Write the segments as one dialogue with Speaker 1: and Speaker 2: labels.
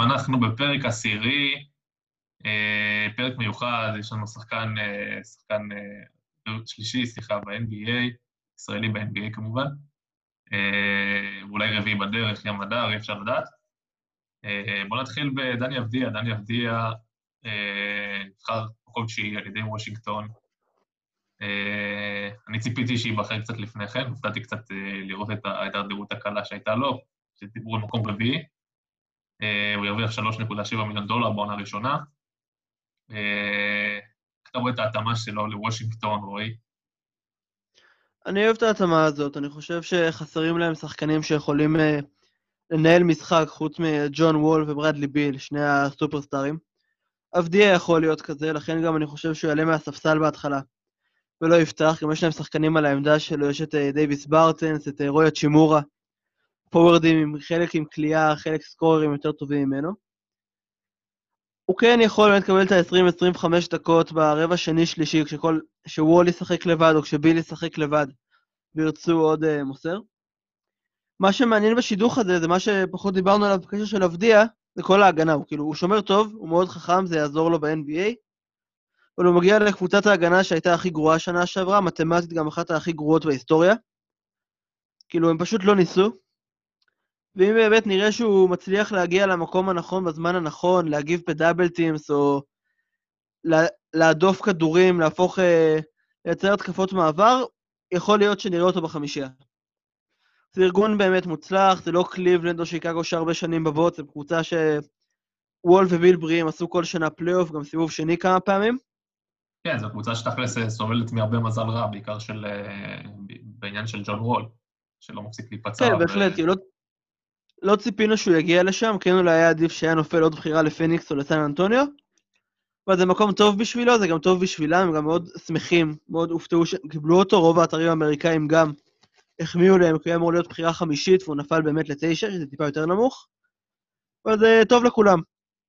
Speaker 1: אנחנו בפרק עשירי, פרק מיוחד, יש לנו שחקן שלישי, ב-NBA, ישראלי ב-NBA כמובן, אולי רביעי בדרך, ים הדר, אי אפשר לדעת. בואו נתחיל בדני אבדיה. דני אבדיה נבחר מקום תשיעי על ידי וושינגטון. אני ציפיתי שיבחר קצת לפני כן, הופתעתי קצת לראות את ההידרדרות הקלה שהייתה לו, שדיברו על מקום רביעי. הוא ירוויח $3.7 מיליון בעונה הראשונה. איך אתה רואה את ההתאמה שלו לוושינגטון, רועי?
Speaker 2: אני אוהב את ההתאמה הזאת, אני חושב שחסרים להם שחקנים שיכולים לנהל משחק חוץ מג'ון וול וברדלי ביל, שני הסופרסטארים. אבדיה יכול להיות כזה, לכן גם אני חושב שהוא יעלה מהספסל בהתחלה, ולא יפתח, גם יש להם שחקנים על העמדה שלו, יש את דייביס ברטנס, את רויה צ'ימורה, פוורדים, חלק עם קליעה, חלק סקוררים יותר טובים ממנו. הוא כן יכול באמת לקבל את ה-20-25 דקות ברבע שני-שלישי, כשווול ישחק לבד או כשביל ישחק לבד, וירצו עוד מוסר. מה שמעניין בשידוך הזה, זה מה שפחות דיברנו עליו בקשר של אבדיה, זה כל ההגנה, הוא שומר טוב, הוא מאוד חכם, זה יעזור לו ב-NBA, אבל הוא מגיע לקבוצת ההגנה שהייתה הכי גרועה שנה שעברה, מתמטית גם אחת הכי גרועות בהיסטוריה, הם פשוט לא ניסו, ואם באמת נראה שהוא מצליח להגיע למקום הנכון בזמן הנכון, להגיב בדאבל טימס, או להדוף כדורים, לייצר התקפות מעבר, יכול להיות שנראה אותו בחמישייה. זה ארגון באמת מוצלח, זה לא קליבלנד או שיקגו שהרבה שנים בבוט, זה קבוצה שוול וביל בריאים עשו כל שנה פלייאוף, גם סיבוב שני כמה פעמים.
Speaker 1: כן, זו קבוצה שתכלס סובלת מהרבה מזל רע, בעיקר בעניין של ג'ון וול, שלא מפסיק להיפצע.
Speaker 2: כן, בהחלט, כי לא ציפינו שהוא יגיע לשם, כן אולי היה עדיף שהיה נופל עוד בחירה לפיניקס או לסן אנטוניו, אבל זה מקום טוב בשבילו, זה גם טוב בשבילם, הם גם מאוד שמחים, מאוד הופתעו שקיבלו אותו, רוב האתרים האמריקאים גם החמיאו להם, כי הוא אמור להיות בחירה חמישית, והוא נפל באמת ל9, שזה טיפה יותר נמוך, אבל זה טוב לכולם.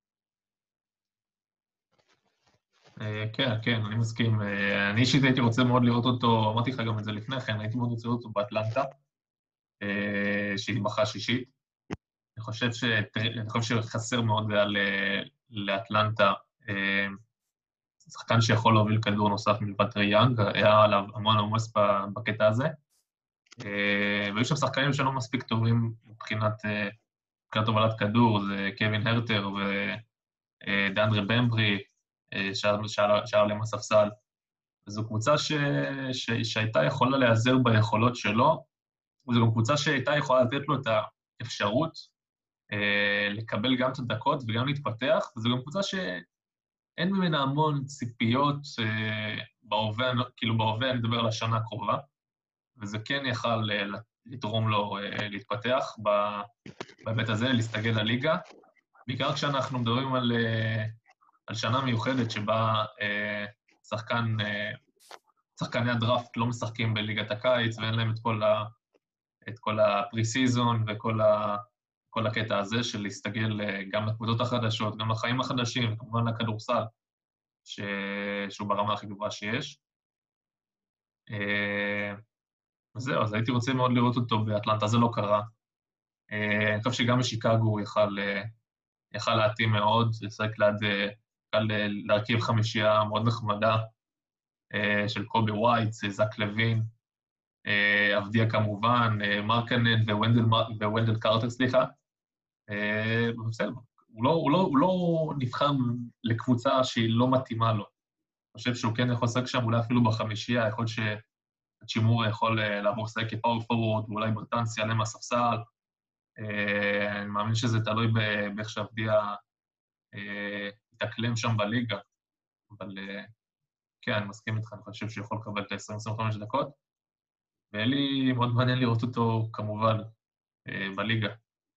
Speaker 1: כן, אני מסכים. אני אישית הייתי רוצה מאוד לראות אותו, אמרתי לך גם את זה לפני כן, הייתי מאוד רוצה לראות אותו באטלנטה, שהיא בחרה שישית. אני חושב שחסר מאוד לאטלנטה, שחקן שיכול להוביל כדור נוסף מלבד טרי יאנג, היה עליו המון עומס בקטע הזה, והיו שם שחקנים שלא מספיק טובים מבחינת הובלת כדור, זה קווין הרטר ודאנדרה במברי, שער עליהם הספסל. זו קבוצה שהייתה יכולה להיעזר ביכולות שלו, וזו גם קבוצה שהייתה יכולה לתת לו את האפשרות לקבל גם את הדקות וגם להתפתח, וזו גם קבוצה שאין ממנה המון ציפיות בהווה, בהווה אני מדבר על השנה הקרובה, וזה כן יכל לתרום לו להתפתח בהיבט הזה, להסתגל לליגה, בעיקר כשאנחנו מדברים על שנה מיוחדת שבה שחקני הדראפט לא משחקים בליגת הקיץ, ואין להם את כל הפרי-סיזון וכל הקטע הזה של להסתגל גם לקבוצות החדשות, גם לחיים החדשים, וכמובן לכדורסל, שהוא ברמה הכי גבוהה שיש. וזהו, אז הייתי רוצה מאוד לראות אותו באטלנטה, זה לא קרה. אני חושב שגם בשיקגו הוא יכל להתאים מאוד, לשחק להרכיב חמישייה מאוד נחמדה, של קובי ווייט, זק לוין, אבדיה כמובן, מרקנן ווונדל קרטר, סליחה. בסדר, הוא לא נבחר לקבוצה שהיא לא מתאימה לו. אני חושב שהוא כן יכול לשחק שם, אולי אפילו בחמישייה, יכול להיות שצ'ימורה יכול לעבור לשחק כפאור פורוורד, ואולי ברטנס יעלה מהספסל. אני מאמין שזה תלוי באיך שאבדיה יתאקלם שם בליגה, אבל כן, אני מסכים איתך, אני חושב שהוא יכול לקבל את ה-20-25 דקות, ואלי מאוד מעניין לראות אותו כמובן בליגה.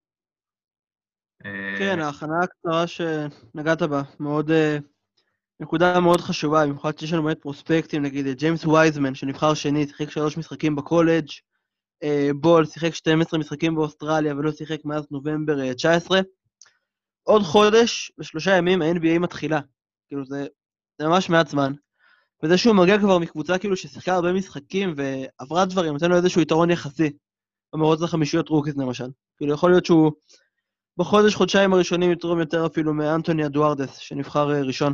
Speaker 2: כן, ההכנה הקצרה שנגעת בה, נקודה מאוד חשובה, במיוחד שיש לנו באמת פרוספקטים, נגיד ג'יימס וייזמן, שנבחר שני, שיחק 3 משחקים בקולג', בול, שיחק 12 משחקים באוסטרליה, ולא שיחק מאז נובמבר 19, עוד חודש, ב3 ימים, ה-NBA מתחילה. זה ממש מעט זמן. וזה שהוא מגיע כבר מקבוצה ששיחקה הרבה משחקים, ועברה דברים, נותן לו איזשהו יתרון יחסי, במרוץ לחמישיות רוקיס למשל. יכול להיות שהוא בחודש-חודשיים הראשונים יתרום יותר אפילו מאנטוני אדוארדס, שנבחר ראשון.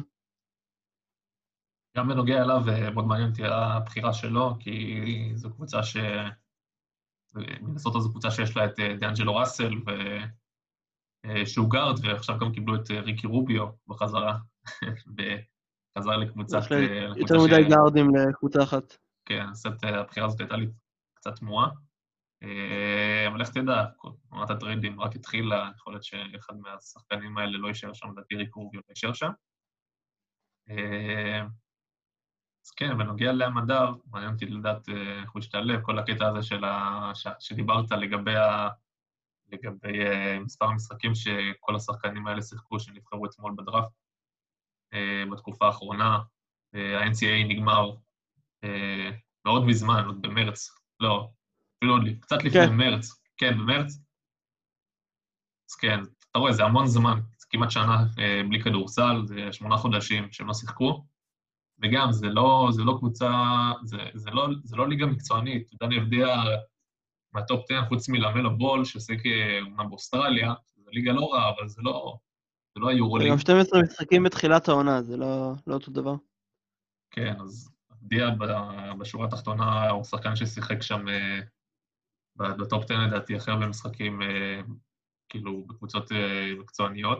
Speaker 1: גם בנוגע אליו, מאוד מעניין אותי הבחירה שלו, כי זו קבוצה מנסות זו קבוצה שיש לה את דיאנג'לו ראסל ושוגארד, ועכשיו גם קיבלו את ריקי רוביו בחזרה, וחזר לקבוצת...
Speaker 2: בהחלט, יותר מדי גארדים לקבוצה אחת.
Speaker 1: כן, הבחירה הזאת הייתה לי קצת תמוהה. אבל איך תדע, עונת הטריידים רק התחילה, יכול להיות שאחד מהשחקנים האלה לא יישאר שם, לדעתי ריקי רוביו לא יישאר שם. אז כן, בנוגע להמדר, מעניין אותי לדעת איך הוא השתלב, כל הקטע הזה שדיברת לגבי מספר המשחקים שכל השחקנים האלה שיחקו, שנבחרו אתמול בדראפט, בתקופה האחרונה. ה-NCAA נגמר מאוד מזמן, עוד במרץ, לא, אפילו קצת לפני מרץ, כן, במרץ. אז כן, אתה רואה, זה המון זמן, זה כמעט שנה בלי כדורסל, זה 8 חודשים שהם לא שיחקו, וגם זה לא קבוצה, זה לא ליגה מקצוענית. דני אבדיה מהטופ 10 חוץ מלמלו בול, שעוסק אומנם באוסטרליה, זה ליגה לא רעה, אבל זה לא היורוליג.
Speaker 2: זה גם 12 משחקים בתחילת העונה, זה לא אותו דבר.
Speaker 1: כן, אז אבדיה בשורה התחתונה הוא שחקן ששיחק שם בטופ 10 לדעתי הכי הרבה משחקים, כאילו בקבוצות מקצועניות.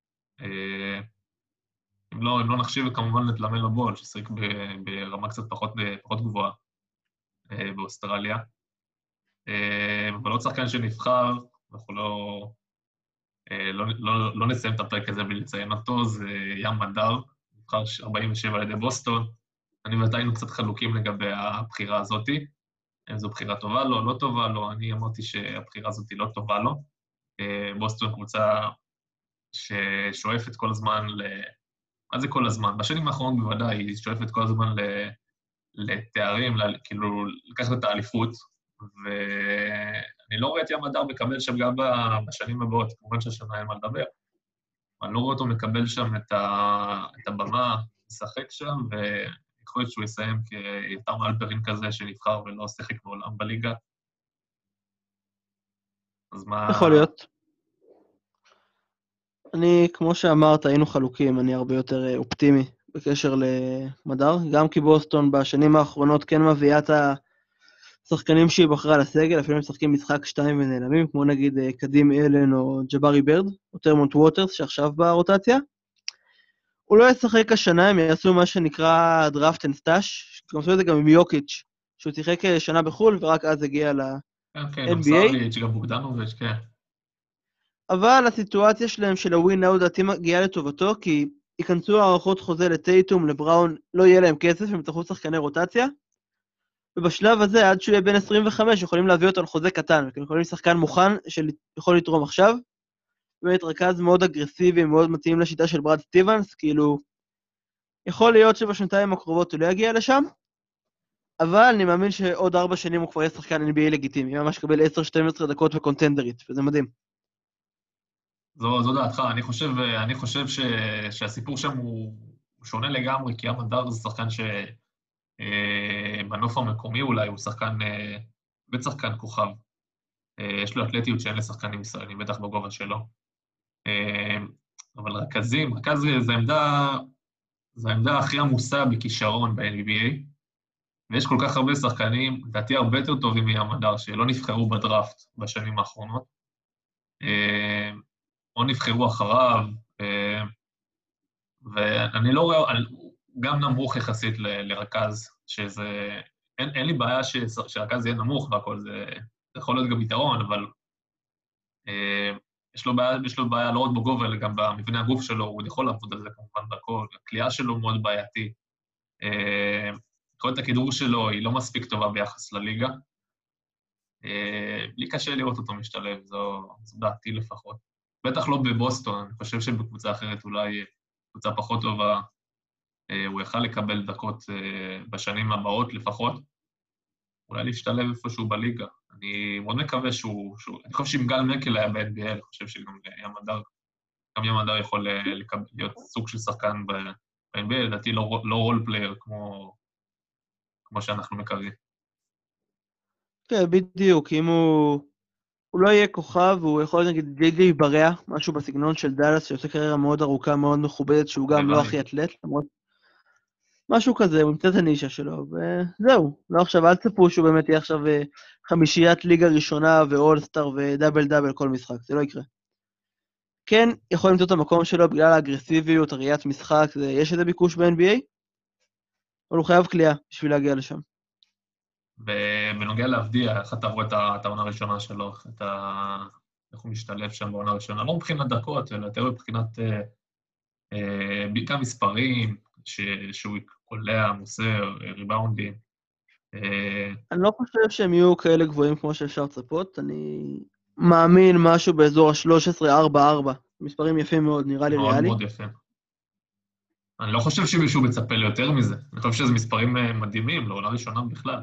Speaker 1: אם לא נחשיב כמובן את למלו בול, ששיחק ברמה קצת פחות גבוהה באוסטרליה. אבל עוד שחקן שנבחר, אנחנו לא נסיים את הפרק הזה בלי לציין אותו, זה ים מדר, נבחר 47 על ידי בוסטון. אני ואתה היינו קצת חלוקים לגבי הבחירה הזאת, אם זו בחירה טובה לו, לא טובה לו, אני אמרתי שהבחירה הזאת לא טובה לו. בוסטון קבוצה ששואפת כל הזמן מה זה כל הזמן? בשנים האחרונות בוודאי היא שואפת כל הזמן לתארים, כאילו לקחת את האליפות, ואני לא רואה את ים הדר מקבל שם גם בשנים הבאות, כמובן שהשנה אין מה לדבר, אני לא רואה אותו מקבל שם את הבמה, לשחק שם, ויכול להיות שהוא יסיים כיותר מאלפרין כזה שנבחר ולא שיחק מעולם בליגה. אז מה...
Speaker 2: יכול להיות. אני, כמו שאמרת, היינו חלוקים, אני הרבה יותר אופטימי בקשר למדר, גם כי בוסטון בשנים האחרונות כן מביאה את השחקנים שהיא בחרה לסגל, אפילו הם משחקים משחק 2 ונעלמים, כמו נגיד קדים אלן או ג'בארי ברד, או טרמונט ווטרס שעכשיו ברוטציה. הוא לא ישחק השנה, הם יעשו מה שנקרא דראפט אנד סטאש, גם עשו את זה גם עם יוקיץ', שהוא שיחק שנה בחול ורק אז הגיע ל-NBA.
Speaker 1: כן, גם סאביץ', גם בוגדנוביץ', כן.
Speaker 2: אבל הסיטואציה שלהם של הווין נאו דעתי מגיעה לטובתו, כי ייכנסו הערכות חוזה לטייטום, לבראון, לא יהיה להם כסף, הם יצטרכו שחקני רוטציה, ובשלב הזה, עד שהוא יהיה בן 25, יכולים להביא אותו על חוזה קטן, כי הם יכולים שחקן מוכן שיכול לתרום עכשיו, באמת רכז מאוד אגרסיבי, מאוד מתאים לשיטה של ברד סטיבנס, כאילו, יכול להיות שבשנתיים הקרובות הוא לא יגיע לשם, אבל אני מאמין שעוד 4 שנים הוא כבר יהיה שחקן NBA לגיטימי, ממש קבל 10-12 דקות וקונטנדרית, וזה מדהים.
Speaker 1: זו דעתך, אני חושב שהסיפור שם הוא שונה לגמרי, כי ים הדר זה שחקן שבנוף המקומי אולי הוא שחקן, בית שחקן כוכב. יש לו אתלטיות שאין לשחקנים ישראלים, בטח בגובה שלו. אבל רכז זה העמדה הכי עמוסה בכישרון ב-NBA, ויש כל כך הרבה שחקנים, לדעתי הרבה יותר טובים מים הדר, שלא נבחרו בדראפט בשנים האחרונות. או נבחרו אחריו, ואני לא רואה, גם נמוך יחסית לרכז, שזה, אין לי בעיה שרכז יהיה נמוך והכל, זה יכול להיות גם יתרון, אבל יש לו בעיה לא רק בגובה, אלא גם במבנה הגוף שלו, הוא יכול לעבוד על זה כמובן בכל, הקליעה שלו מאוד בעייתי. יכולת הכידור שלו היא לא מספיק טובה ביחס לליגה. לי קשה לראות אותו משתלב, זו דעתי לפחות. בטח לא בבוסטון, אני חושב שבקבוצה אחרת אולי קבוצה פחות טובה, הוא יכל לקבל דקות בשנים הבאות לפחות, אולי להשתלב איפשהו בליגה. אני מאוד מקווה אני חושב שאם גל מקל היה ב-NBA, אני חושב שגם ים הדר יכול להיות סוג של שחקן ב-NBA, לדעתי לא רול פלייר כמו שאנחנו מקווים.
Speaker 2: כן, בדיוק, אם הוא הוא לא יהיה כוכב, הוא יכול להיות נגיד ג'יי בריאה, משהו בסגנון של דאלאס, שעושה קריירה מאוד ארוכה, מאוד מכובדת, שהוא גם לא
Speaker 1: הלוואי.
Speaker 2: הכי אתלט, למרות משהו כזה, הוא ימצא את הנישה שלו, וזהו. לא עכשיו, אל תצפו שהוא באמת יהיה עכשיו חמישיית ליגה ראשונה ואולסטאר ודאבל דאבל כל משחק, זה לא יקרה. כן, יכול למצוא את המקום שלו בגלל האגרסיביות, הראיית משחק, יש איזה ביקוש ב-NBA, אבל הוא חייב כלייה בשביל להגיע לשם.
Speaker 1: ובנוגע להבדיע, איך אתה רואה את העונה הראשונה שלו, איך הוא משתלב שם בעונה הראשונה, לא מבחינת דקות, אלא יותר מבחינת בעיקר מספרים, שהוא קולע, מוסר, ריבאונדים.
Speaker 2: אני לא חושב שהם יהיו כאלה גבוהים כמו שאפשר לצפות, אני מאמין משהו באזור ה-13-4-4, מספרים יפים מאוד, נראה לי
Speaker 1: מאוד
Speaker 2: ריאלי.
Speaker 1: מאוד יפה. אני לא חושב שמישהו מצפה ליותר מזה. אני חושב שזה מספרים מדהימים, לעונה ראשונה בכלל.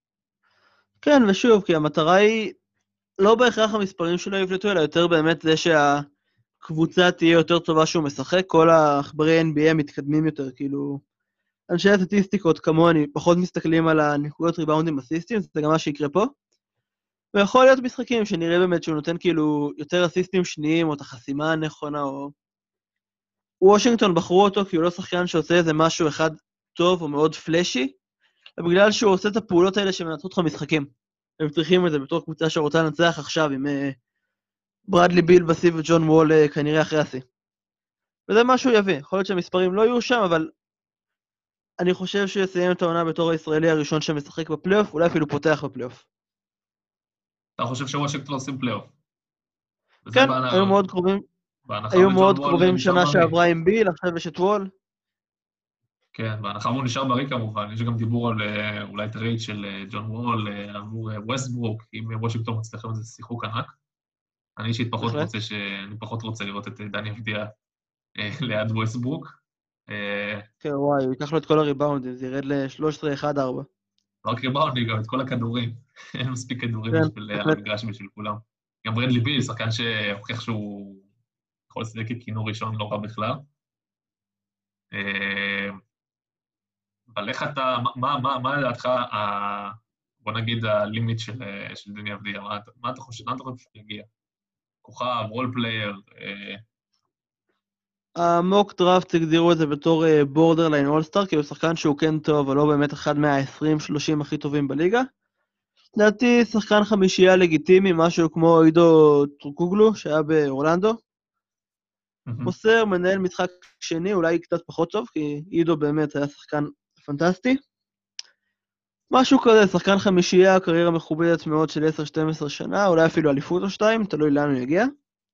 Speaker 2: כן, ושוב, כי המטרה היא לא בהכרח המספרים שלו יבלטו, אלא יותר באמת זה שהקבוצה תהיה יותר טובה שהוא משחק, כל העכברי NBA מתקדמים יותר, כאילו, אנשי הסטטיסטיקות כמוני פחות מסתכלים על הנקודות ריבאונדים אסיסטים, זה גם מה שיקרה פה. ויכול להיות משחקים שנראה באמת שהוא נותן כאילו יותר אסיסטים שניים, או את החסימה הנכונה, או... וושינגטון בחרו אותו כי הוא לא שחקן שעושה איזה משהו אחד טוב או מאוד פלאשי, ובגלל שהוא עושה את הפעולות האלה שמנצחות לך משחקים. הם צריכים את זה בתור קבוצה שרוצה לנצח עכשיו עם ברדלי ביל בשיא וג'ון וול כנראה אחרי השיא. וזה מה שהוא יביא. יכול להיות שהמספרים לא יהיו שם, אבל אני חושב שהוא יסיים את העונה בתור הישראלי הראשון שמשחק בפלייאוף, אולי אפילו פותח בפלייאוף.
Speaker 1: אתה חושב שוושינגטון עושים פלייאוף?
Speaker 2: כן, היו מאוד קרובים. היו
Speaker 1: וג'ון
Speaker 2: מאוד
Speaker 1: וול
Speaker 2: קרובים
Speaker 1: נשאר
Speaker 2: שנה
Speaker 1: בריא.
Speaker 2: שעברה עם ביל, עכשיו יש את וול.
Speaker 1: כן, בהנחה הוא נשאר בריא כמובן. יש גם דיבור על אולי טרייד של ג'ון וול עבור ווסטברוק, אם וושינגטון מצליחים איזה שיחוק ענק. אני אישית
Speaker 2: בהחלט.
Speaker 1: פחות רוצה לראות את דני אבדיה ליד ווסטברוק.
Speaker 2: כן, וואי, הוא ייקח לו את כל הריבאונדים, זה ירד ל-13-1-4.
Speaker 1: לא רק ריבאונדים, גם את כל הכדורים. אין מספיק כדורים
Speaker 2: כן,
Speaker 1: על
Speaker 2: בהחלט.
Speaker 1: המגרש בשביל כולם. גם ברדלי ביל, שחקן שהוכיח שהוא יכול לשחק ככינור ראשון לא רע בכלל. אבל איך אתה, מה לדעתך, בוא נגיד, הלימיט של דני אבדיה? מה אתה חושב שהוא יגיע? כוכב, רול פלייר?
Speaker 2: המוק דראפט הגדירו את זה בתור בורדרליין אולסטאר, כאילו שחקן שהוא כן טוב, אבל לא באמת אחד מה-20-30 הכי טובים בליגה. לדעתי, שחקן חמישייה לגיטימי, משהו כמו עידו טרוקוגלו, שהיה באורלנדו. מוסר, מנהל משחק שני, אולי קצת פחות טוב, כי עידו באמת היה שחקן פנטסטי. משהו כזה, שחקן חמישייה, קריירה מכובדת מאוד של 10-12 שנה, אולי אפילו אליפות או שתיים, תלוי לאן הוא יגיע.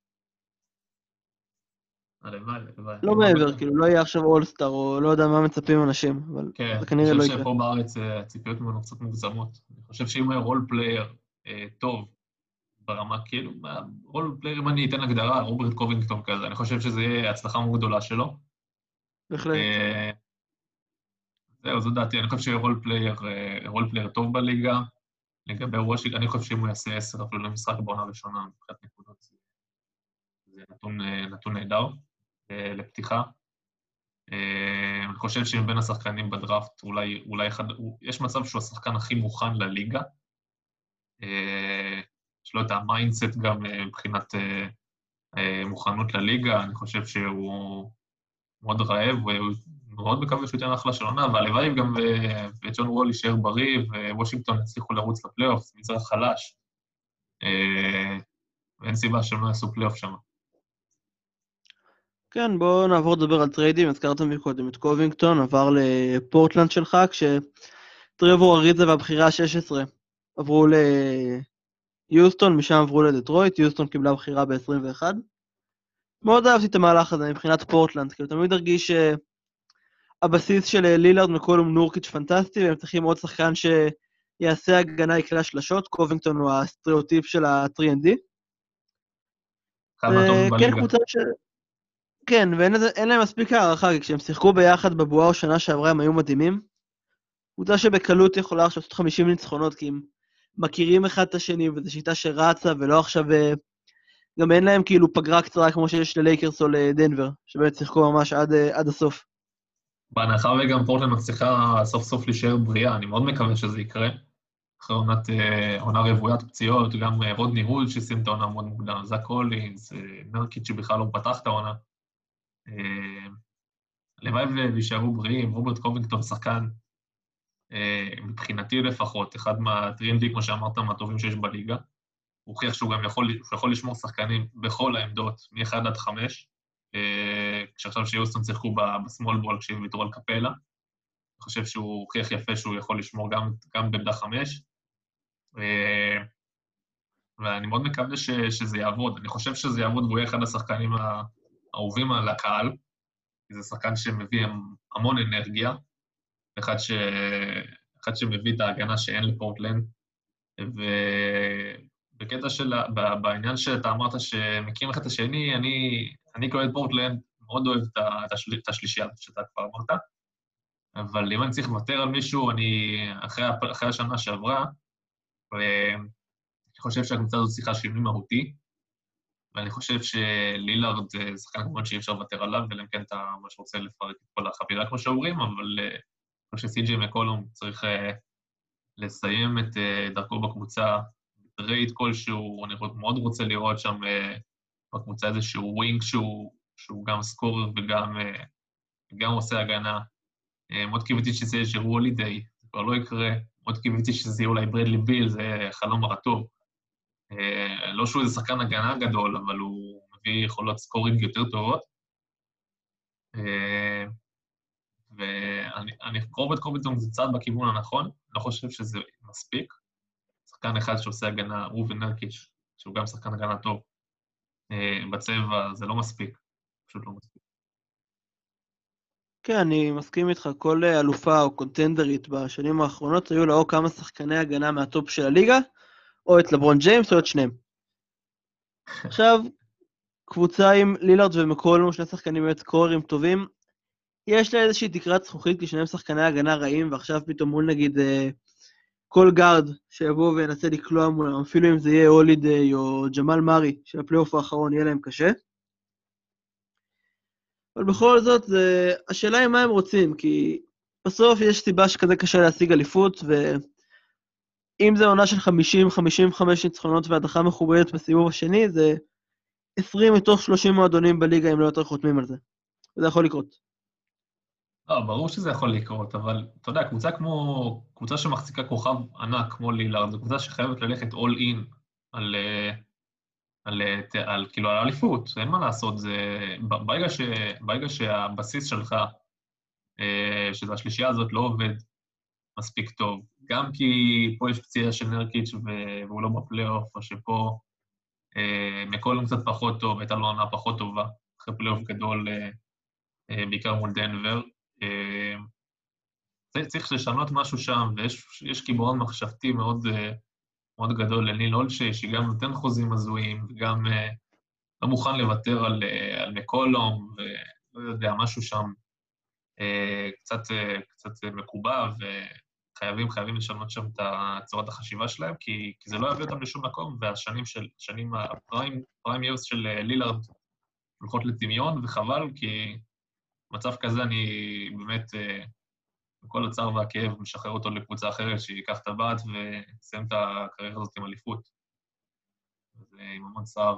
Speaker 1: הלוואי.
Speaker 2: לא מעבר, כאילו, לא יהיה עכשיו אולסטאר, או לא יודע מה מצפים אנשים, אבל
Speaker 1: כן,
Speaker 2: זה
Speaker 1: אני
Speaker 2: כנראה לא
Speaker 1: חושב
Speaker 2: יקרה.
Speaker 1: שפה בארץ הציפיות ממנו קצת מוגזמות. אני חושב שאם הוא היה רול פלייר טוב ברמה, כאילו, רול פלייר, אם אני אתן הגדרה, רוברט קובינגטון כזה, אני חושב שזו יהיה הצלחה מאוד גדולה שלו.
Speaker 2: בהחלט.
Speaker 1: זהו, זו דעתי, אני חושב שרול פלייר טוב בליגה. לגבי וושינגטון, אני חושב שאם הוא יעשה 10 אפילו למשחק בעונה ראשונה, מבחינת נקודות, זה נתון נהדר לפתיחה. אני חושב שמבין השחקנים בדראפט, אולי יש מצב שהוא השחקן הכי מוכן לליגה. יש לו את המיינדסט גם מבחינת מוכנות לליגה, אני חושב שהוא מאוד רעב, והוא מאוד מקווה שהוא ייתן אחלה של עונה, והלוואי גם וג'ון וול יישאר בריא, ווושינגטון יצליחו לרוץ לפלייאוף, זה מצרך חלש, ואין סיבה שהם לא יעשו פלייאוף שם.
Speaker 2: כן, בואו נעבור לדבר על טריידים, הזכרת מקודם את קובינגטון, עבר לפורטלנד שלך, כשטרבור אריזה והבחירה ה-16 עברו ליוסטון, משם עברו לדטרויט, יוסטון קיבלה בחירה ב-21. מאוד אהבתי את המהלך הזה מבחינת פורטלנד, כאילו תמיד הרגיש שהבסיס של לילארד מקולום נורקיץ' פנטסטי, והם צריכים עוד שחקן שיעשה הגנה יקלה שלשות, קובינגטון הוא הסטריאוטיפ של ה-3&D.
Speaker 1: אחד מהטובים בליגה.
Speaker 2: כן, ואין להם מספיק הערכה, כי כשהם שיחקו ביחד בבועה או שנה שעברה הם היו מדהימים. קבוצה שבקלות יכולה עכשיו לעשות 50 ניצחונות, כי הם מכירים אחד את השני, וזו שיטה שרצה, ולא עכשיו... גם אין להם כאילו פגרה קצרה כמו שיש ללייקרס או לדנבר, שבאמת שיחקו ממש עד הסוף.
Speaker 1: בהנחה וגם פורטלנד מצליחה סוף סוף להישאר בריאה, אני מאוד מקווה שזה יקרה. אחרי עונה רוויית פציעות, גם רודני הוד שסיים את העונה מאוד מוקדם, זק קולינס, נרקיץ' שבכלל לא פתח את העונה. הלוואי וישארו בריאים, רוברט קובינגטון שחקן, מבחינתי לפחות, אחד מהטרינדי, כמו שאמרת, מהטובים שיש בליגה. הוא הוכיח שהוא גם יכול לשמור שחקנים בכל העמדות, מ-1 עד 5, כשעכשיו שיוסטון שיחקו בסמול בול כשהם ויתרו על קפלה. אני חושב שהוא הוכיח יפה שהוא יכול לשמור גם בעמדה 5, ואני מאוד מקווה שזה יעבוד. אני חושב שזה יעבוד והוא יהיה אחד השחקנים האהובים על הקהל, כי זה שחקן שמביא המון אנרגיה, אחד שמביא את ההגנה שאין לפורטלנד, ובקטע בעניין שאתה אמרת שמקים אחד את השני, אני כאוהד פורטלנד מאוד אוהב את השלישייה שאתה כבר אמרת, אבל אם אני צריך לוותר על מישהו, אחרי השנה שעברה, אני חושב שהקבוצה הזאת צריכה שינוי מהותי, ואני חושב שלילארד זה שחקן כמובן שאי אפשר לוותר עליו, ולא כן אתה ממש רוצה לפרק את כל החבילה כמו שאומרים, אבל אני חושב שסי.ג'יי מקולום צריך לסיים את דרכו בקבוצה, טרייד כלשהו, אני מאוד רוצה לראות שם בקבוצה איזשהו ווינג שהוא גם סקורר וגם עושה הגנה. מאוד קיוויתי שזה יהיה ג'רו הולידיי, זה כבר לא יקרה, מאוד קיוויתי שזה יהיה אולי ברדלי ביל, זה חלום הרטוב. לא שהוא איזה שחקן הגנה גדול, אבל הוא מביא יכולות סקורינג יותר טובות. ואני רוברט קובינגטון זה צעד בכיוון הנכון, אני לא חושב שזה מספיק. שחקן אחד שעושה הגנה, הוא ונרקיץ', שהוא גם שחקן הגנה טוב, בצבע זה לא מספיק, פשוט לא מספיק.
Speaker 2: כן, אני מסכים איתך, כל אלופה או קונטנדרית בשנים האחרונות היו לה או כמה שחקני הגנה מהטופ של הליגה, או את לברון ג'יימס או את שניהם. עכשיו, קבוצה עם לילארד ומקולום, שני שחקנים באמת סקוררים טובים, יש לה איזושהי תקרת זכוכית, כי שניהם שחקני הגנה רעים, ועכשיו פתאום מול נגיד כל גארד שיבוא וינסה לקלוע מולם, אפילו אם זה יהיה הולידיי או ג'מאל מארי, שהפלייאוף האחרון יהיה להם קשה. אבל בכל זאת, השאלה היא מה הם רוצים, כי בסוף יש סיבה שכזה קשה להשיג אליפות, ואם זה עונה של 50-55 ניצחונות והדחה מכובדת בסיבוב השני, זה 20 מתוך 30 מועדונים בליגה, אם לא יותר חותמים על זה. וזה יכול לקרות.
Speaker 1: ברור שזה יכול לקרות, אבל אתה יודע, קבוצה שמחזיקה כוכב ענק כמו לילארד, זו קבוצה שחייבת ללכת all in על כאילו על האליפות, אין מה לעשות, זה ברגע שהבסיס שלך, שזו השלישייה הזאת, לא עובד מספיק טוב, גם כי פה יש פציעה של נרקיץ' והוא לא בפלייאוף, או שפה מקולום קצת פחות טוב, הייתה לו עונה פחות טובה, אחרי פלייאוף גדול, בעיקר מול דנבר. צריך לשנות משהו שם, ויש קיבעון מחשבתי מאוד מאוד גדול לניל אולשי, שגם נותן חוזים הזויים, וגם לא מוכן לוותר על מקולום, ולא יודע, משהו שם קצת מקובע, וחייבים לשנות שם את צורת החשיבה שלהם, כי זה לא יביא אותם לשום מקום, והשנים הפריים ירס של לילארד הולכות לטמיון, וחבל, כי במצב כזה אני באמת, בכל הצער והכאב, משחרר אותו לקבוצה אחרת שיקח את הבת ויסיים את הקריירה הזאת עם אליפות. אז עם המון צער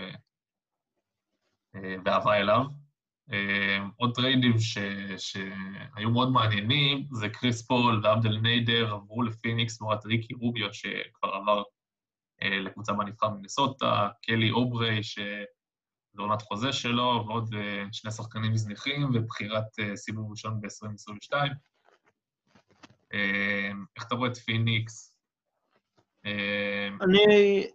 Speaker 1: ואהבה אליו. עוד טריידים שהיו מאוד מעניינים, זה קריס פול ועבדל ניידר עברו לפיניקס תמורת ריקי רוביו, שכבר עבר לקבוצה בנבחר מנסוטה, קלי אוברי, זו עונת חוזה שלו, ועוד שני שחקנים מזניחים, ובחירת סיבוב ראשון ב-2022. איך אתה רואה את פיניקס?
Speaker 2: אני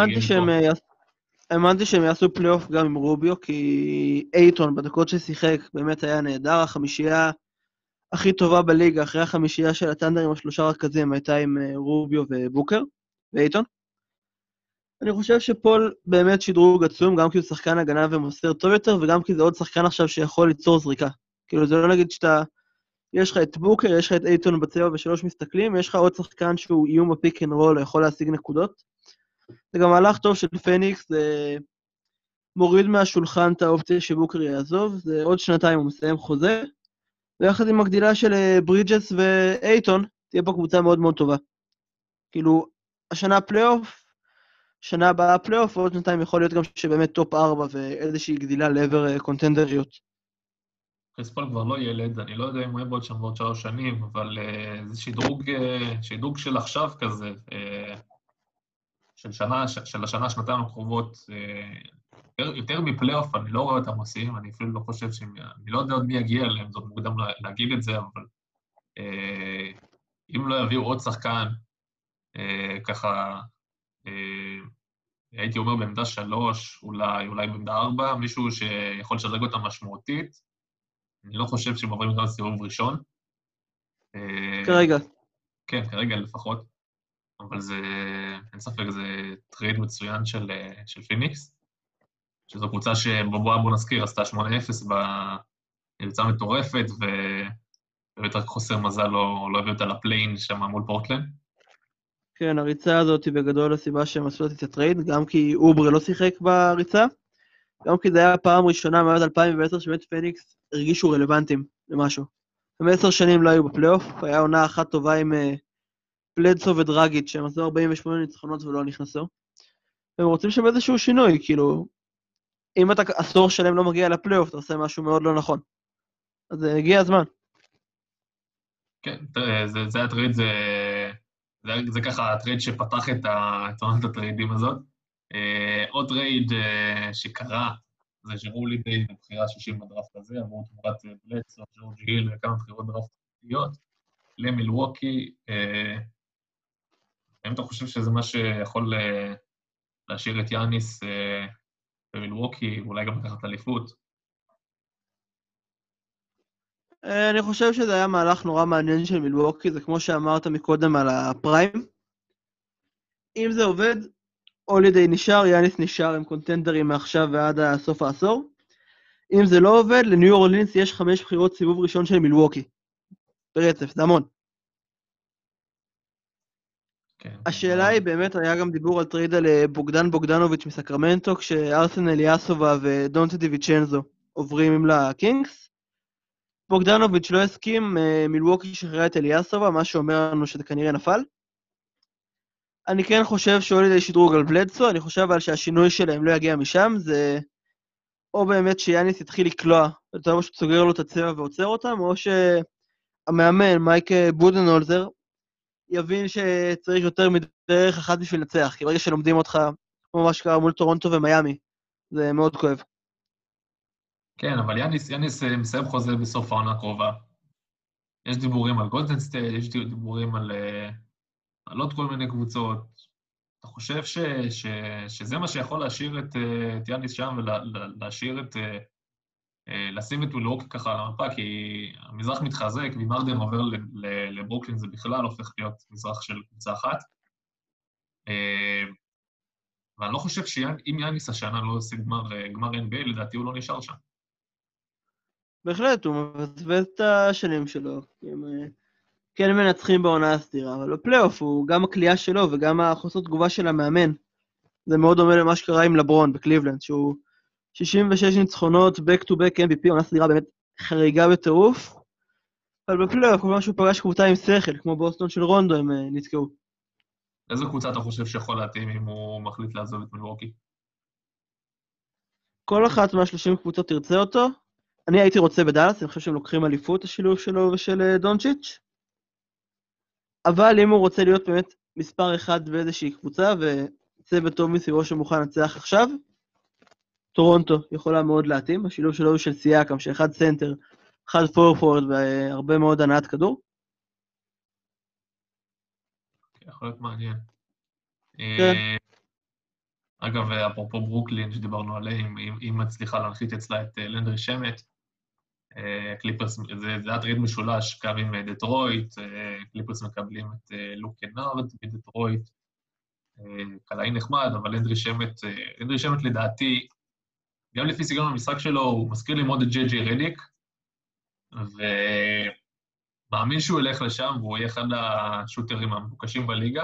Speaker 2: האמנתי שהם יעשו פלייאוף גם עם רוביו, כי אייטון בדקות ששיחק באמת היה נהדר, החמישייה הכי טובה בליגה, אחרי החמישייה של הטנדר עם השלושה רכזים, הייתה עם רוביו ובוקר, ואייטון. אני חושב שפול באמת שדרוג עצום, גם כי הוא שחקן הגנה ומוסר טוב יותר, וגם כי זה עוד שחקן עכשיו שיכול ליצור זריקה. כאילו זה לא נגיד יש לך את בוקר, יש לך את אייטון בצבע ושלוש מסתכלים, יש לך עוד שחקן שהוא איום בפיק אנד רול, יכול להשיג נקודות. זה גם מהלך טוב של פניקס, זה מוריד מהשולחן את האופציה שבוקר יעזוב, זה עוד שנתיים הוא מסיים חוזה, ויחד עם הגדילה של ברידג'ס ואייטון, תהיה פה קבוצה מאוד מאוד טובה. כאילו, השנה פלייאוף, שנה הבאה פלייאוף, ועוד שנתיים יכול להיות גם שבאמת טופ 4 ואיזושהי גדילה לעבר קונטנדריות.
Speaker 1: קריס פול כבר לא ילד, אני לא יודע אם הוא יהיה בעוד שם בעוד 3 שנים, אבל זה שדרוג של עכשיו כזה, של השנה, שנתיים הקרובות, יותר מפלייאוף, אני לא רואה אותם עושים, אני אפילו לא חושב אני לא יודע עוד מי יגיע אליהם, זאת מוקדם להגיד את זה, אבל אם לא יביאו עוד שחקן, ככה, הייתי אומר בעמדה 3, אולי בעמדה 4, מישהו שיכול לשדרג אותה משמעותית, אני לא חושב שהם עוברים גם סיבוב ראשון.
Speaker 2: כרגע.
Speaker 1: כן, כרגע לפחות, אבל אין ספק, זה טרייד מצוין של פיניקס, שזו קבוצה בוא נזכיר, עשתה 8-0 בקבוצה מטורפת, ובאמת רק חוסר מזל לא הביא אותה לפליין שם מול פורטלנד.
Speaker 2: כן, הריצה הזאת היא בגדול הסיבה שהם עשו את הטרייד, גם כי אוברה לא שיחק בריצה, גם כי זה היה הפעם ראשונה מאז 2010 שבאמת פניקס הרגישו רלוונטיים למשהו. הם 10 שנים לא היו בפלייאוף, היה עונה אחת טובה עם פלדסו ודרגיץ' שהם עשו 48 ניצחונות ולא נכנסו. והם רוצים שם איזשהו שינוי, כאילו, אם אתה עשור שלם לא מגיע לפלייאוף, אתה עושה משהו מאוד לא נכון. אז הגיע הזמן.
Speaker 1: כן, זה הטרייד, זה ככה הטרייד שפתח את עונת הטריידים הזאת. עוד טרייד שקרה, זה שרולי דיי בבחירה 60 בדראפט הזה, עבור תמורת בלדסו, ג'ורג' היל וכמה בחירות דראפט פרטיות, למילווקי. האם אתה חושב שזה מה שיכול להשאיר את יאניס במילווקי, ואולי גם לקחת אליפות?
Speaker 2: אני חושב שזה היה מהלך נורא מעניין של מילווקי, זה כמו שאמרת מקודם על הפריים. אם זה עובד, הולידיי נשאר, יאניס נשאר עם קונטנדרים מעכשיו ועד סוף העשור. אם זה לא עובד, לניו אורלינס יש 5 בחירות סיבוב ראשון של מילווקי. ברצף, זה המון.
Speaker 1: כן,
Speaker 2: השאלה היא, באמת היה גם דיבור על טרייד על בוגדן בוגדנוביץ' מסקרמנטו, כשארסן אליאסובה ודונטה דיוויצ'נזו עוברים לקינגס. בוגדנוביץ' לא הסכים, מילווקי שחררה את אליאסובה, מה שאומר לנו שזה כנראה נפל. אני כן חושב שהולידיי שדרוג על בלדסו, אני חושב אבל שהשינוי שלהם לא יגיע משם, זה או באמת שיאניס יתחיל לקלוע, יותר פשוט סוגר לו את הצבע ועוצר אותם, או שהמאמן, מייק בודנהולזר, יבין שצריך יותר מדרך אחת בשביל לנצח, כי ברגע שלומדים אותך, כמו מה שקרה מול טורונטו ומיימי, זה מאוד כואב.
Speaker 1: כן, אבל יאניס מסיים חוזה בסוף העונה הקרובה. יש דיבורים על גולדן סטייט, יש דיבורים על עוד כל מיני קבוצות. אתה חושב שזה מה שיכול להשאיר את יאניס שם ולהשאיר לשים את מילווקי ככה על המפה, כי המזרח מתחזק, ואם ארדן עובר לברוקלין זה בכלל הופך להיות מזרח של קבוצה אחת. ואני לא חושב שאם יאניס השנה לא עושה גמר NBA, לדעתי הוא לא נשאר שם.
Speaker 2: בהחלט, הוא מבזבז את השנים שלו, הם כן מנצחים בעונה הסדירה, אבל בפלייאוף הוא גם הקליעה שלו וגם החוסר תגובה של המאמן. זה מאוד דומה למה שקרה עם לברון בקליבלנד, שהוא 66 ניצחונות, back to back MVP, עונה סדירה באמת חריגה בטירוף, אבל בפלייאוף, כמו שהוא פגש קבוצה עם שכל, כמו בוסטון של רונדו, הם נתקעו.
Speaker 1: איזו קבוצה אתה חושב שיכול להתאים אם הוא מחליט לעזוב את מילווקי?
Speaker 2: כל אחת מה-30 קבוצות תרצה אותו. אני הייתי רוצה בדאלאס, אני חושב שהם לוקחים אליפות, השילוב שלו ושל דונצ'יץ'. אבל אם הוא רוצה להיות באמת מספר אחד באיזושהי קבוצה, וצוות טוב מסביבו שמוכן לנצח עכשיו, טורונטו יכולה מאוד להתאים, השילוב שלו של סייקם, שאחד סנטר, אחד פורפורד והרבה מאוד הנעת כדור.
Speaker 1: יכול להיות מעניין.
Speaker 2: כן.
Speaker 1: אגב, אפרופו ברוקלין, שדיברנו עליהם, אם מצליחה להנחית אצלה את לנדרי שמט, קליפרס, זה היה טרייד משולש, גם עם דטרויט, קליפרס מקבלים את לוק קנארד בדטרויט, קלעי נחמד, אבל לנדרי שמט לדעתי, גם לפי סגנון המשחק שלו, הוא מזכיר לי מאוד את ג'יי רדיק, ומאמין שהוא ילך לשם, והוא יהיה אחד השוטרים המבוקשים בליגה.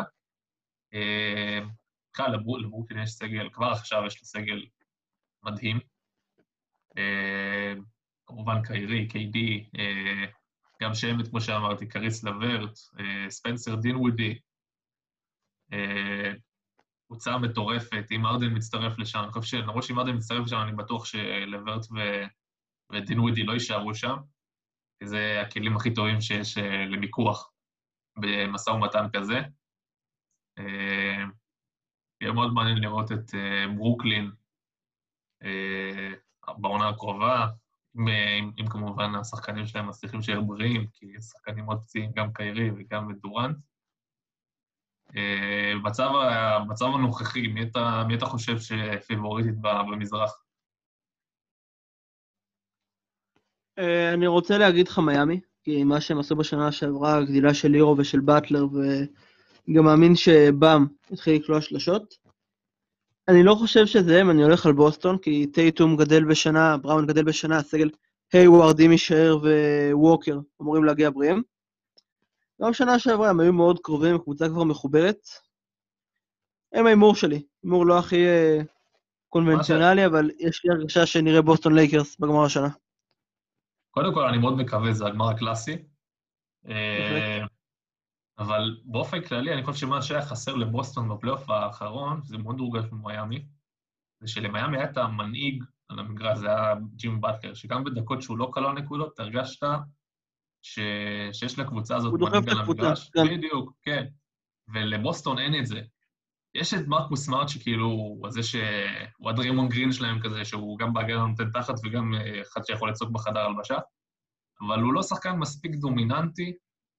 Speaker 1: בכלל, לברוקלין יש סגל, כבר עכשיו יש לו סגל מדהים. כמובן קיירי, קיידי, גם שמת, כמו שאמרתי, קריס לברט, ספנסר דינווידי. קבוצה מטורפת, אם ארדן מצטרף לשם, אני חושב שלמרות שאם ארדן מצטרף לשם, אני בטוח שלברט ודינווידי לא יישארו שם, כי זה הכלים הכי טובים שיש למיקוח במשא ומתן כזה. יהיה מאוד מעניין לראות את ברוקלין בעונה הקרובה, אם כמובן השחקנים שלהם מצליחים שיהיו בריאים, כי שחקנים מאוד פציעים, גם קיירי וגם דורנט. במצב הנוכחי, מי אתה חושב שפיבוריטית במזרח?
Speaker 2: אני רוצה להגיד לך מיאמי, כי מה שהם עשו בשנה שעברה, הגדילה של לירו ושל באטלר, וגם מאמין שבאם התחיל לקלוע שלשות. אני לא חושב שזה הם, אני הולך על בוסטון, כי טייטום גדל בשנה, בראון גדל בשנה, הסגל היוורד, אימי שער וווקר אמורים להגיע בריאים. גם שנה שעברה הם היו מאוד קרובים, הקבוצה כבר מחוברת. הם ההימור שלי, הימור לא הכי קונבנציונלי, אבל יש לי הרגשה שנראה בוסטון לייקרס בגמר השנה.
Speaker 1: קודם כל, אני מאוד מקווה, זה הגמר הקלאסי.
Speaker 2: בהחלט.
Speaker 1: אבל באופן כללי, אני חושב שמה שהיה חסר לבוסטון בפלייאוף האחרון, זה מאוד הורגש ממיאמי, זה שלמיאמי היה את המנהיג על המגרש, זה היה ג'ימי באטלר, שגם בדקות שהוא לא קלע נקודות, הרגשת שיש לקבוצה הזאת מנהיג על המגרש.
Speaker 2: כן.
Speaker 1: בדיוק, כן. ולבוסטון אין את זה. יש את מרקוס סמארט שכאילו, זה שהוא הדרימון גרין שלהם כזה, שהוא גם בהגנה נותן תחת וגם אחד שיכול לצעוק בחדר הלבשה, אבל הוא לא שחקן מספיק דומיננטי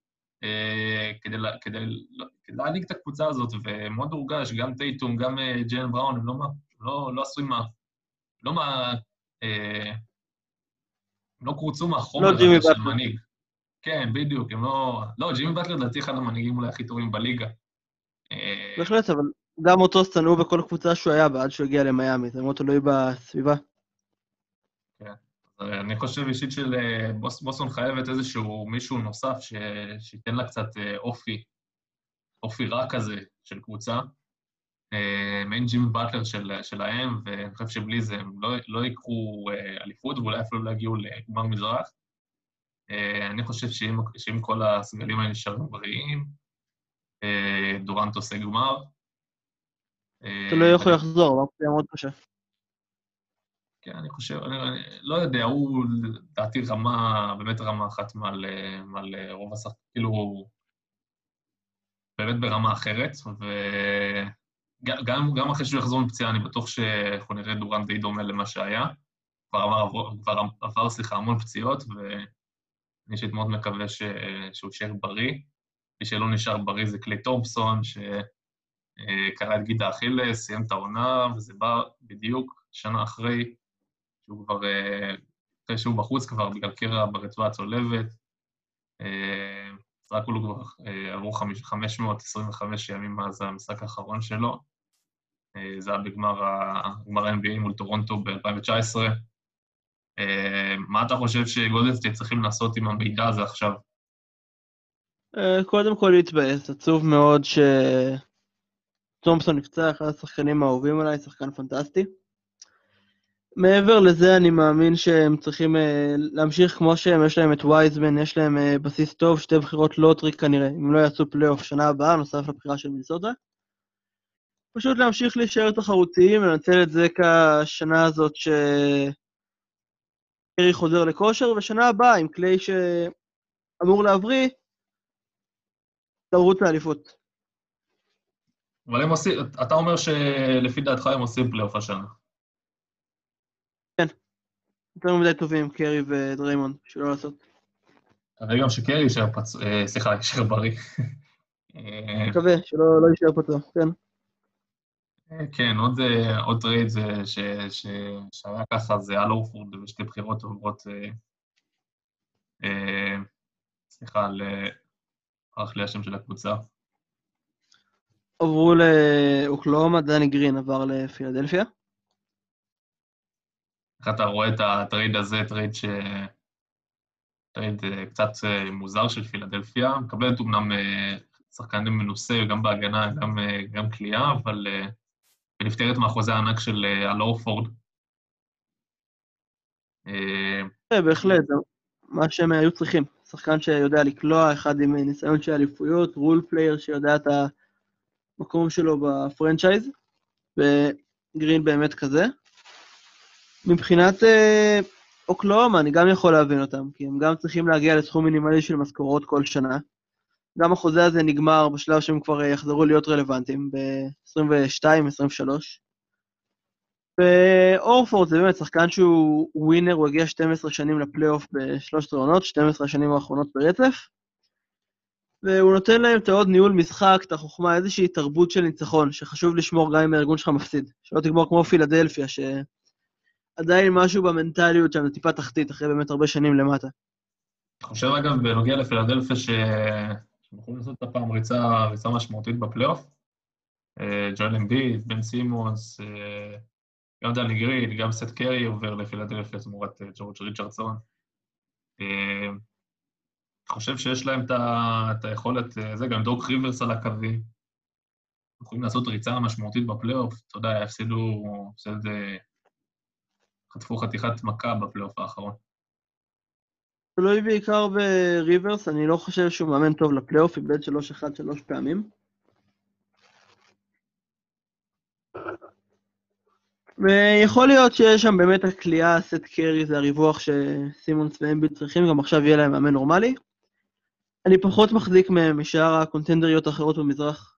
Speaker 1: כדי להנהיג את הקבוצה הזאת, ומאוד הורגש, גם טייטום, גם ג'יילן בראון, הם לא עשו הם לא קרוצו מהחומר הזה של מנהיג. כן, בדיוק, הם לא, ג'ימי באטלר לדעתי אחד המנהיגים אולי הכי טובים בליגה.
Speaker 2: בהחלט, אבל גם אותו שנאו בכל קבוצה שהוא היה בה, עד שהוא הגיע למיאמי, זה מאוד תלוי בסביבה. כן.
Speaker 1: אני חושב אישית של בוסטון חייבת איזשהו מישהו נוסף שייתן לה קצת אופי רע כזה של קבוצה, מעין ג'ימי באטלר שלהם, ואני חושב שבלי זה הם לא יקחו אליפות, ואולי אפילו לא יגיעו לגמר מזרח. אני חושב שאם כל הסגלים האלה נשארים בריאים, דורנט עושה גמר.
Speaker 2: אתה לא יכול לחזור, זה מאוד קשה.
Speaker 1: כן, אני חושב, אני לא יודע, הוא לדעתי רמה, באמת רמה אחת מעל רוב השחקנים, כאילו, באמת ברמה אחרת, וגם אחרי שהוא יחזור מפציעה, אני בטוח שאנחנו נראה דורנט די דומה למה שהיה. כבר עבר המון פציעות, ואני אישית מאוד מקווה שהוא יישאר בריא. מי שלא נשאר בריא זה קליי תומפסון, שקרא את גיד האכילס, סיים את העונה, וזה בא בדיוק שנה אחרי, אחרי שהוא בחוץ כבר, בגלל קרע ברצועה הצולבת. רק הוא כבר עברו 525 ימים מאז המשחק האחרון שלו. זה היה בגמר ה-NBA מול טורונטו ב-2019. מה אתה חושב שגולדן סטייט צריכים לעשות עם המידע הזה עכשיו?
Speaker 2: קודם כל להתבאס, עצוב מאוד שתומפסון נפצע, אחד השחקנים האהובים עליי, שחקן פנטסטי. מעבר לזה אני מאמין שהם צריכים להמשיך כמו שהם, יש להם את וייזמן, יש להם בסיס טוב, שתי בחירות לוטרי כנראה, אם לא יעשו פלייאוף שנה הבאה, נוסף לבחירה של מינסוטה. פשוט להמשיך להישאר תחרותיים, לנצל את זה כשנה הזאת שקרי חוזר לכושר, ושנה הבאה עם קליי שאמור להבריא, תרוץ האליפות.
Speaker 1: אבל אתה אומר שלפי דעתך הם עושים פלייאוף השנה.
Speaker 2: כן, יותר מדי טובים, קרי ודריימונד, שלא לעשות.
Speaker 1: הרי גם שקרי יישאר יישאר בריא.
Speaker 2: מקווה שלא יישאר פצוע, כן.
Speaker 1: כן, עוד טרייד שהיה ככה, זה על אורפורד ושתי בחירות עוברות, סליחה, ערך לי השם של הקבוצה.
Speaker 2: עברו לאוקלאומה, דני גרין עבר לפילדלפיה.
Speaker 1: איך אתה רואה את הטרייד הזה, טרייד קצת מוזר של פילדלפיה, מקבלת אומנם שחקנים מנוסה, גם בהגנה, גם קליעה, אבל ונפטרת מאחוזי הענק של על אורפורד.
Speaker 2: בהחלט, מה שהם היו צריכים. שחקן שיודע לקלוע, אחד עם ניסיון של אליפויות, רול פלייר שיודע את המקום שלו בפרנצ'ייז, וגרין באמת כזה. מבחינת אוקלאומה, אני גם יכול להבין אותם, כי הם גם צריכים להגיע לסכום מינימלי של משכורות כל שנה. גם החוזה הזה נגמר בשלב שהם כבר יחזרו להיות רלוונטיים, ב-22-23. ואורפורד זה באמת שחקן שהוא ווינר, הוא הגיע 12 שנים לפלייאוף ב13 עונות, 12 השנים האחרונות ברצף, והוא נותן להם את העוד ניהול משחק, את החוכמה, איזושהי תרבות של ניצחון, שחשוב לשמור גם אם הארגון שלך מפסיד. שלא תגמור כמו פילדלפיה, שעדיין משהו במנטליות שם, זה טיפה תחתית, אחרי באמת הרבה שנים למטה.
Speaker 1: אני חושב אגב, בנוגע לפילדלפיה, שהם יכולים לעשות את הפעם ריצה משמעותית בפלייאוף. ג'ואל אמביד, בן סימונס, גם דני גריל, גם סט קרי עובר לפילדלפיה, תמורת ג'ורג' ריצ'רדסון. אני חושב שיש להם את היכולת, זה גם דוק ריברס על הקווים. יכולים לעשות ריצה משמעותית בפלייאוף, אתה יודע, חטפו חתיכת מכה בפלייאוף האחרון.
Speaker 2: תלוי בעיקר בריברס, אני לא חושב שהוא מאמן טוב לפלייאוף, איבד 3-1 3 פעמים. ויכול להיות שיש שם באמת הקליעה, סט קרי, זה הריווח שסימונס ואמביד צריכים, גם עכשיו יהיה להם מאמן נורמלי. אני פחות מחזיק מהם משאר הקונטנדריות האחרות במזרח.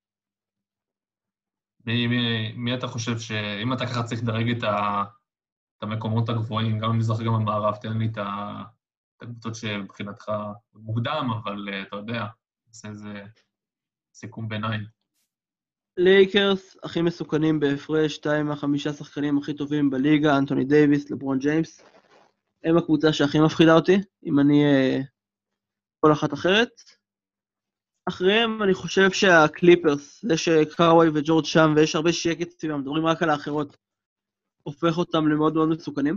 Speaker 1: מי אתה חושב שאם אתה ככה צריך לדרג את המקומות הגבוהים, גם במזרח וגם במערב, תן לי את הקבוצות שבחינתך מוקדם, אבל אתה יודע, עושה איזה סיכום ביניים.
Speaker 2: לייקרס הכי מסוכנים בהפרש, 2 מה-5 שחקנים הכי טובים בליגה, אנטוני דייביס, לברון ג'יימס. הם הקבוצה שהכי מפחידה אותי, אם אני כל אחת אחרת. אחריהם אני חושב שהקליפרס, זה שקאווי וג'ורג' שם, ויש הרבה שקט סביבם, מדברים רק על האחרות, הופך אותם למאוד מאוד מסוכנים.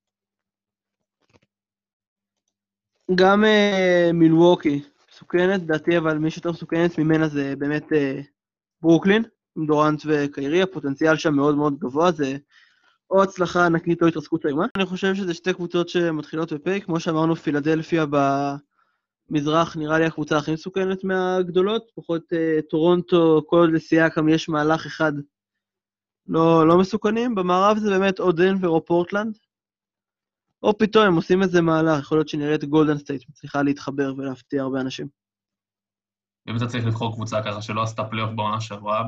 Speaker 2: גם מילווקי, מסוכנת, דעתי, אבל מי שיותר מסוכנת ממנה זה באמת ברוקלין, עם דורנט וקיירי, הפוטנציאל שם מאוד מאוד גבוה, זה או הצלחה ענקית או התרסקות איומה. אני חושב שזה שתי קבוצות שמתחילות בפי, כמו שאמרנו, פילדלפיה במזרח נראה לי הקבוצה הכי מסוכנת מהגדולות, פחות טורונטו, כל עוד לסייקם יש מהלך אחד לא מסוכנים, במערב זה באמת או דנבר או פורטלנד, או פתאום הם עושים איזה מהלך, יכול להיות שנראה את גולדן סטייט, מצליחה להתחבר ולהפתיע הרבה אנשים.
Speaker 1: אם אתה צריך לבחור קבוצה ככה שלא עשתה פלייאוף בעונה שעברה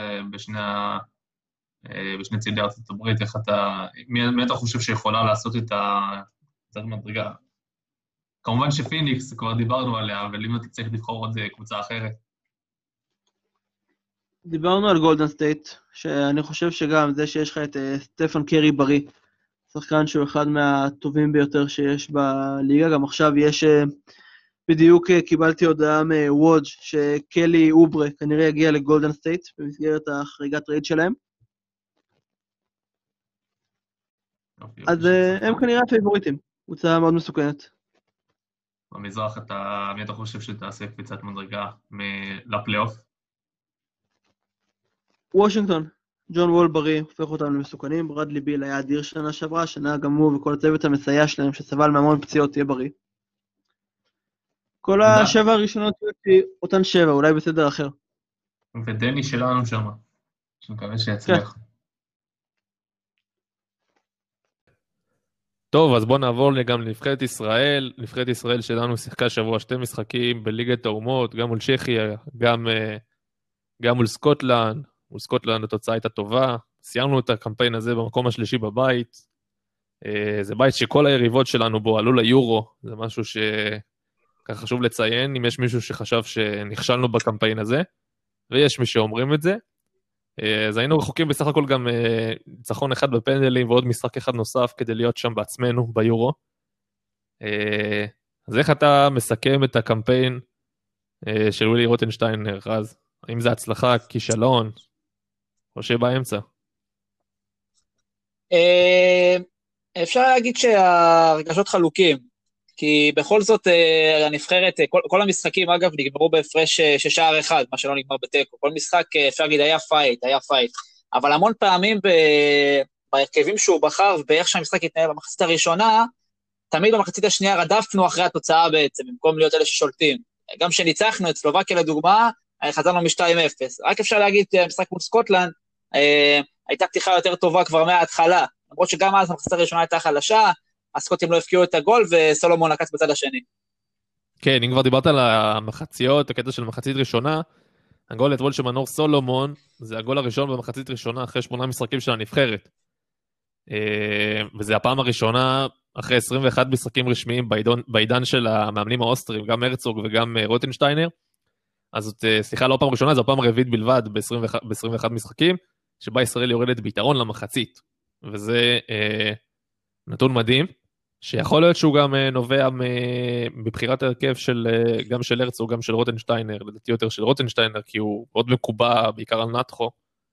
Speaker 1: בשני צידי ארצות הברית, מי אתה חושב שיכולה לעשות את המדרגה? כמובן שפיניקס, כבר דיברנו עליה, אבל אם אתה צריך לבחור עוד קבוצה אחרת.
Speaker 2: דיברנו על גולדן סטייט, שאני חושב שגם זה שיש לך את סטפן קרי בריא, שחקן שהוא אחד מהטובים ביותר שיש בליגה, גם עכשיו יש, בדיוק קיבלתי הודעה מוודג' שקלי אוברה כנראה יגיע לגולדן סטייט, במסגרת החריגת רייד שלהם. אז הם כנראה הפייבוריטים, קבוצה מאוד מסוכנת.
Speaker 1: במזרח מי אתה חושב שתעשה קפיצת מדרגה לפלייאוף?
Speaker 2: וושינגטון, ג'ון וול בריא, הופך אותם למסוכנים, ברדלי ביל היה אדיר שנה שעברה, שנה גם הוא וכל הצוות המסייע שלהם שסבל מהמון פציעות תהיה בריא. כל השבע הראשונות אותן 7, אולי בסדר אחר.
Speaker 1: ודני שלנו שם, שמקווה שיצליח.
Speaker 3: טוב, אז בואו נעבור גם לנבחרת ישראל. נבחרת ישראל שלנו שיחקה שבוע 2 משחקים בליגת האומות, גם מול צ'כיה, גם מול סקוטלנד. מול סקוטלנד התוצאה הייתה טובה. סיימנו את הקמפיין הזה במקום השלישי בבית. זה בית שכל היריבות שלנו בו עלו ליורו. זה משהו שככה חשוב לציין, אם יש מישהו שחשב שנכשלנו בקמפיין הזה, ויש מי שאומרים את זה. אז היינו רחוקים בסך הכל גם ניצחון אחד בפנדלים ועוד משחק אחד נוסף כדי להיות שם בעצמנו ביורו. אז איך אתה מסכם את הקמפיין של ווילי רוטנשטיין, רז? האם זה הצלחה, כישלון, או שבאמצע?
Speaker 4: אפשר להגיד שהרגשות חלוקים, כי בכל זאת הנבחרת, כל המשחקים אגב נגמרו בהפרש ששער אחד, מה שלא נגמר בטקו, כל משחק אפשר להגיד היה פייט, אבל המון פעמים בהרכבים שהוא בחר ובאיך שהמשחק התנהל במחצית הראשונה, תמיד במחצית השנייה רדפנו אחרי התוצאה בעצם, במקום להיות אלה ששולטים. גם שניצחנו את סלובקיה לדוגמה, חזרנו מ-2-0. רק אפשר להגיד, משחק מול סקוטלנד, הייתה פתיחה יותר טובה כבר מההתחלה, למרות שגם אז המחצית הראשונה הייתה חלשה, הסקוטים לא הפקיעו את הגול, וסולומון לקץ בצד השני.
Speaker 3: כן, אם כבר דיברת על המחציות, הקטע של מחצית ראשונה, הגול אתמול של מנור סולומון, זה הגול הראשון במחצית ראשונה אחרי 8 משחקים של הנבחרת. וזה הפעם הראשונה אחרי 21 משחקים רשמיים בעידן של המאמנים האוסטרים, גם הרצוג וגם רוטנשטיינר. אז זאת, סליחה, לא פעם ראשונה, זו הפעם הרביעית בלבד ב-21 משחקים, שבה ישראל יורדת ביתרון למחצית. וזה נתון מדהים, שיכול להיות שהוא גם נובע מבחירת ההרכב גם של הרצוג, גם של רוטנשטיינר, לדעתי יותר של רוטנשטיינר, כי הוא מאוד מקובע, בעיקר על נתחו.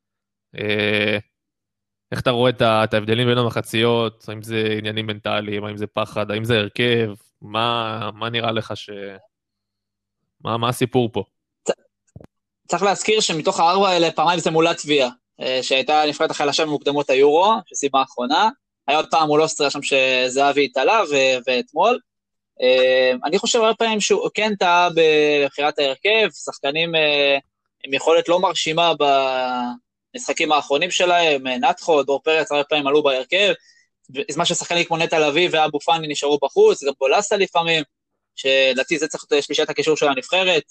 Speaker 3: איך אתה רואה את ההבדלים בין המחציות, האם זה עניינים מנטליים, האם זה פחד, האם זה הרכב, מה נראה לך מה הסיפור פה?
Speaker 4: צריך להזכיר שמתוך הארבע האלה, פעמיים זה מול לטביה, שהייתה נבחרת החלשה ממוקדמות היורו, שסיבה האחרונה, היה עוד פעם מול אוסטריה שם שזהבי התעלה, ואתמול. אני חושב הרבה פעמים שהוא כן טעה בבחירת ההרכב, שחקנים עם יכולת לא מרשימה במשחקים האחרונים שלהם, נתחו, דור פרץ, הרבה פעמים עלו בהרכב, בזמן ששחקנים כמו נטע לביא ואבו פאני נשארו בחוץ, גם בולסה לפעמים, שלדעתי זה צריך להיות שלישיית הקישור של הנבחרת.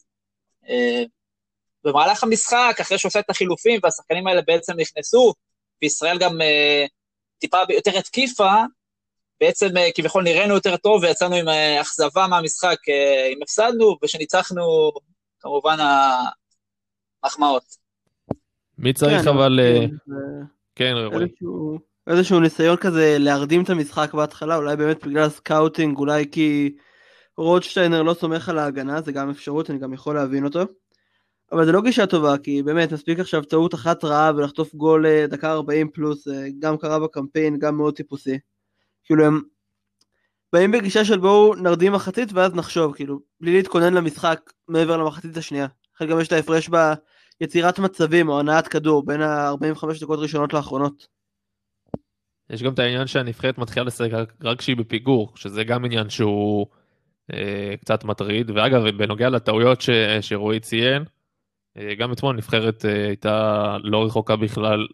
Speaker 4: במהלך המשחק, אחרי שעושה את החילופים, והשחקנים האלה בעצם נכנסו, וישראל גם טיפה יותר התקיפה, בעצם כביכול נראינו יותר טוב, ויצאנו עם אכזבה מהמשחק, אם הפסדנו, ושניצחנו כמובן המחמאות.
Speaker 3: מי צריך אבל... כן, רועי.
Speaker 2: איזשהו ניסיון כזה להרדים את המשחק בהתחלה, אולי באמת בגלל סקאוטינג, אולי כי רוטשטיינר לא סומך על ההגנה, זה גם אפשרות, אני גם יכול להבין אותו. אבל זה לא גישה טובה, כי באמת מספיק עכשיו טעות אחת רעה ולחטוף גול דקה 40 פלוס, גם קרה בקמפיין, גם מאוד טיפוסי. כאילו הם באים בגישה של בואו נרדים מחצית ואז נחשוב, כאילו, בלי להתכונן למשחק מעבר למחצית השנייה. אחרי גם יש את ההפרש ביצירת מצבים או הנעת כדור בין ה-45 דקות ראשונות לאחרונות.
Speaker 3: יש גם את העניין שהנבחרת מתחילה לשחק רק כשהיא בפיגור, שזה גם עניין שהוא קצת מטריד, ואגב, בנוגע לטעויות שרועי ציין, גם אתמול נבחרת הייתה לא רחוקה בכלל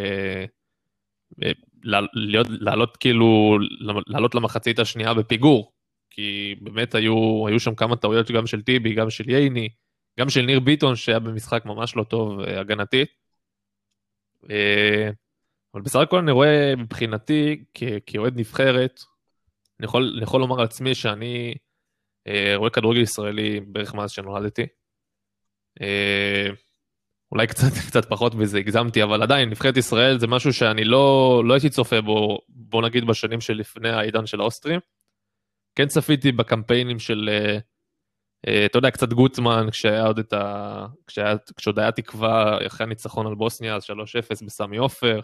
Speaker 3: לעלות למחצית השנייה בפיגור, כי באמת היו שם כמה טעויות גם של טיבי, גם של ייני, גם של ניר ביטון שהיה במשחק ממש לא טוב הגנתית. אבל בסך הכל אני רואה מבחינתי כאוהד נבחרת, אני יכול לומר על עצמי שאני רואה כדורגל ישראלי בערך מאז שנולדתי. אולי קצת פחות בזה, הגזמתי, אבל עדיין, נבחרת ישראל זה משהו שאני לא הייתי צופה בוא נגיד בשנים שלפני העידן של האוסטרים. כן צפיתי בקמפיינים של, אתה יודע, קצת גוטמן, כשעוד היה תקווה אחרי הניצחון על בוסניה, אז 3-0 בסמי עופר,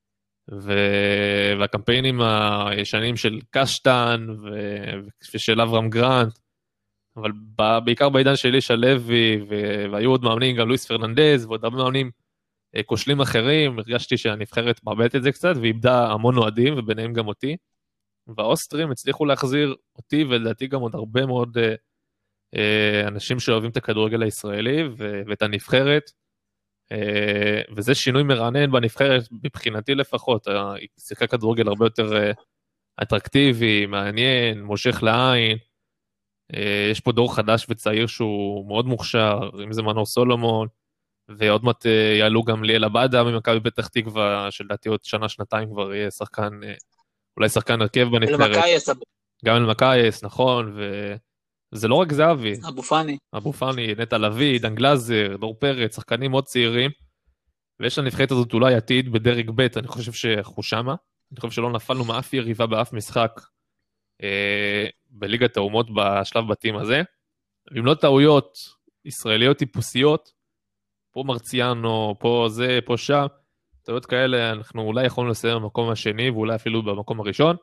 Speaker 3: והקמפיינים הישנים של קשטן ושל אברהם גרנט, אבל בעיקר בעידן של אלישע לוי, והיו עוד מאמנים, גם לואיס פרננדז, ועוד הרבה מאמנים כושלים אחרים, הרגשתי שהנבחרת מאבדת את זה קצת, ואיבדה המון אוהדים, וביניהם גם אותי, והאוסטרים הצליחו להחזיר אותי, ולדעתי גם עוד הרבה מאוד אנשים שאוהבים את הכדורגל הישראלי, ואת הנבחרת, וזה שינוי מרענן בנבחרת, מבחינתי לפחות, היא שיחקה כדורגל הרבה יותר אטרקטיבי, מעניין, מושך לעין, יש פה דור חדש וצעיר שהוא מאוד מוכשר, אם זה מנור סולומון, ועוד מעט יעלו גם ליאל עבדה ממכבי פתח תקווה, שלדעתי עוד שנה-שנתיים כבר יהיה שחקן, אולי שחקן הרכב בנבחרת. גם אל מקייס, נכון, וזה לא רק זהבי. אבו פאני, נטע לביא, דן גלזר, דור פרץ, שחקנים מאוד צעירים, ויש לנבחרת הזאת אולי עתיד בדרג ב', אני חושב שאנחנו שמה, אני חושב שלא נפלנו מאף יריבה באף משחק, בליגת האומות בשלב בתים הזה, ואם לא טעויות ישראליות טיפוסיות, פה מרציאנו, פה זה, פה שם, טעויות כאלה, אנחנו אולי יכולנו לסיים במקום השני, ואולי אפילו במקום הראשון.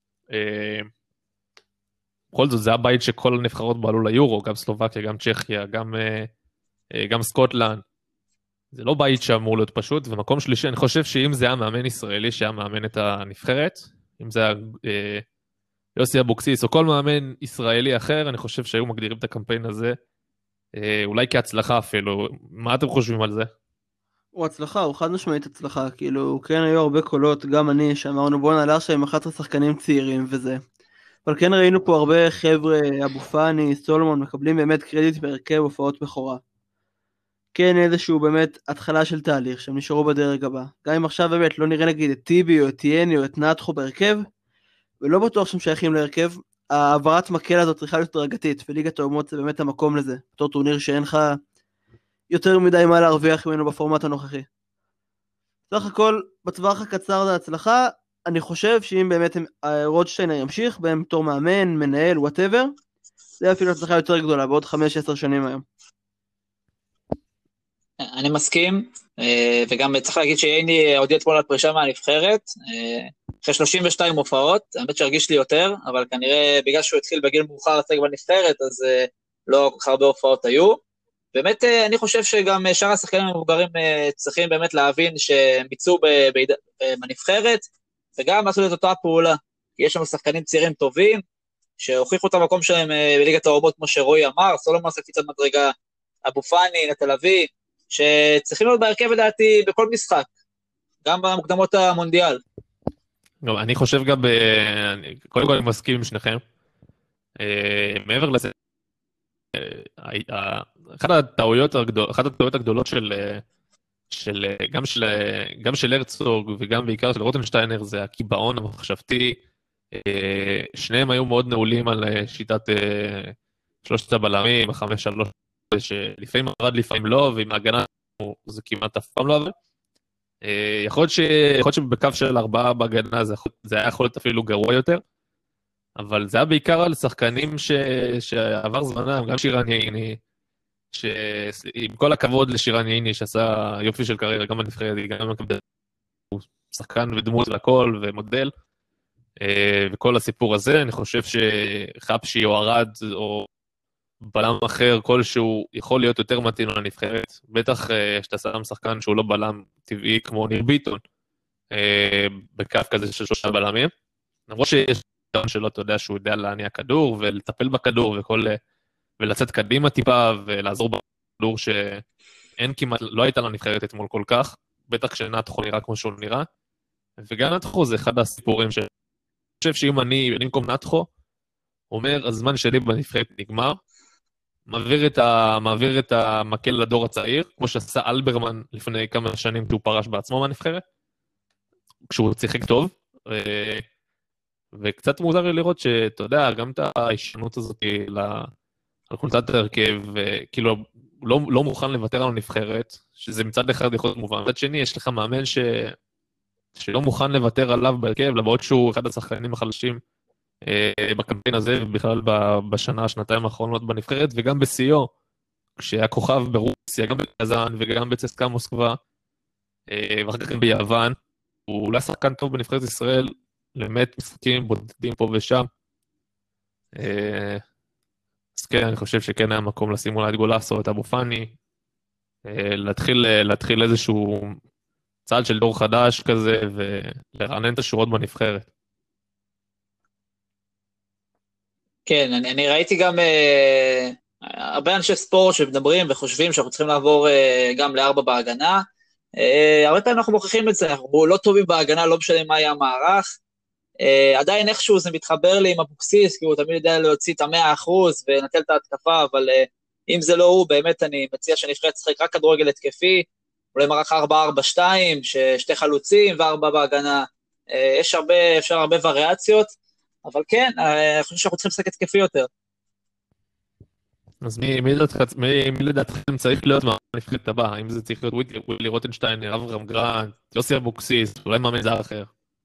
Speaker 3: בכל זאת, זה הבית שכל הנבחרות בעלו ליורו, גם סלובקיה, גם צ'כיה, גם סקוטלנד. זה לא בית שאמור להיות פשוט, ומקום שלישי, אני חושב שאם זה היה מאמן ישראלי, שהיה מאמן את הנבחרת, אם זה היה יוסי אבוקסיס, או כל מאמן ישראלי אחר, אני חושב שהיו מגדירים את הקמפיין הזה אולי כהצלחה אפילו. מה אתם חושבים על זה?
Speaker 2: הוא הצלחה, הוא חד משמעית הצלחה, כאילו, כן היו הרבה קולות, גם אני, שאמרנו בוא נעלה שהם 11 שחקנים צעירים וזה. אבל כן ראינו פה הרבה חבר'ה, אבו פאני, סולומון, מקבלים באמת קרדיט בהרכב הופעות בכורה. כן איזשהו באמת התחלה של תהליך, שהם נשארו בדרג הבא. גם אם עכשיו באמת לא נראה נגיד את טיבי או את יני או את נאטחו בהרכב, ולא בטוח שהם שייכים להרכב, העברת מקל הזאת צריכה להיות דרגתית, וליגת האומות זה באמת המקום לזה. בתור טורניר שאין לך יותר מדי מה להרוויח ממנו בפורמט הנוכחי. סך הכל, בטווח הקצר זה הצלחה, אני חושב שאם באמת רודשטיינר ימשיך, בהם בתור מאמן, מנהל, whatever, זה אפילו הצלחה יותר גדולה, בעוד 5-10 שנים היום.
Speaker 4: אני מסכים, וגם צריך להגיד שייני הודיע אתמול על פרישה מהנבחרת, אחרי 32 הופעות, האמת שהרגיש לי יותר, אבל כנראה בגלל שהוא התחיל בגיל מאוחר לצג בנבחרת, אז לא כל כך הרבה הופעות היו. באמת אני חושב שגם שאר השחקנים המבוגרים צריכים באמת להבין שהם ביצעו בנבחרת, וגם לעשות את אותה פעולה, כי יש לנו שחקנים צעירים טובים, שהוכיחו את המקום שלהם בליגת האומות, כמו שרועי אמר, סולומון עשה קפיצת מדרגה, אבו פאני, נטל אביב, שצריכים להיות בהרכב לדעתי בכל משחק, גם במוקדמות המונדיאל.
Speaker 3: אני חושב גם, קודם כל אני מסכים עם שניכם, מעבר לזה, אחת הטעויות הגדולות גם של הרצוג וגם בעיקר של רוטנשטיינר זה הקיבעון המחשבתי, שניהם היו מאוד נעולים על שיטת שלושת הבלמים, 5-3, שלפעמים עבד לפעמים לא, ועם ההגנה זה כמעט אף פעם לא עבד. יכול להיות שבקו של 4 בהגנה זה היה יכול להיות אפילו גרוע יותר, אבל זה היה בעיקר על שחקנים שעבר זמנם, גם שירן ייני, עם כל הכבוד לשירן ייני שעשה יופי של קריירה, גם בנבחרת, גם הוא שחקן ודמות והכל ומודל, וכל הסיפור הזה, אני חושב שחפשי או ארד או בלם אחר כלשהו יכול להיות יותר מתאים לנבחרת, בטח שאתה שם שחקן שהוא לא בלם טבעי כמו ניר ביטון, בקו כזה של 3 בלמים, למרות שיש שלו, אתה יודע שהוא יודע להניע כדור ולטפל בכדור ולצאת קדימה טיפה ולעזור בכדור שאין כמעט, לא הייתה לנבחרת אתמול כל כך, בטח שנאטחו נראה כמו שהוא נראה, וגם נאטחו זה אחד הסיפורים שאני חושב שאם אני במקום נאטחו, אומר, הזמן שלי בנבחרת נגמר, מעביר את המקל לדור הצעיר, כמו שעשה אלברמן לפני כמה שנים שהוא פרש בעצמו מהנבחרת, כשהוא שיחק טוב, וקצת מוזר לי לראות שאתה יודע, גם את האישנות הזאת על חולצת ההרכב, כאילו לא מוכן לוותר על הנבחרת, שזה מצד אחד יכול להיות מובן. מצד שני, יש לך מאמן שלא מוכן לוותר עליו בהרכב, למרות שהוא אחד השחקנים החלשים בקמפיין הזה, ובכלל בשנה, שנתיים האחרונות בנבחרת, וגם בסיוע, כשהיה כוכב ברוסיה, גם בקזאן וגם בצסקה מוסקבה, ואחר כך גם ביוון, הוא אולי שחקן טוב בנבחרת ישראל, באמת משחקים בודדים פה ושם. אז כן, אני חושב שכן היה מקום לשים אולי את גולסו, את אבו פאני, להתחיל איזשהו צעד של דור חדש כזה, ולרענן את השורות בנבחרת. כן,
Speaker 4: אני ראיתי גם הרבה אנשי ספורט שמדברים וחושבים שאנחנו צריכים לעבור גם ל4 בהגנה. הרבה פעמים אנחנו מוכיחים את זה, אנחנו לא טובים בהגנה, לא משנה מה היה המערך, עדיין איכשהו זה מתחבר לי עם אבוקסיס, כי הוא תמיד יודע להוציא את 100% ונטל את ההתקפה, אבל אם זה לא הוא, באמת אני מציע שנבחרת לשחק רק כדורגל התקפי, אולי מערך 4-4-2, ששתי חלוצים ו4 בהגנה, אפשר הרבה וריאציות, אבל כן, אני חושב שאנחנו צריכים לשחק התקפי יותר.
Speaker 3: אז מי לדעתכם צריך להיות מהנבחרת הבא? האם זה צריך להיות ווילי רוטנשטיינר, אברהם גרנט, יוסי אבוקסיס, אולי מאמן זר אחר?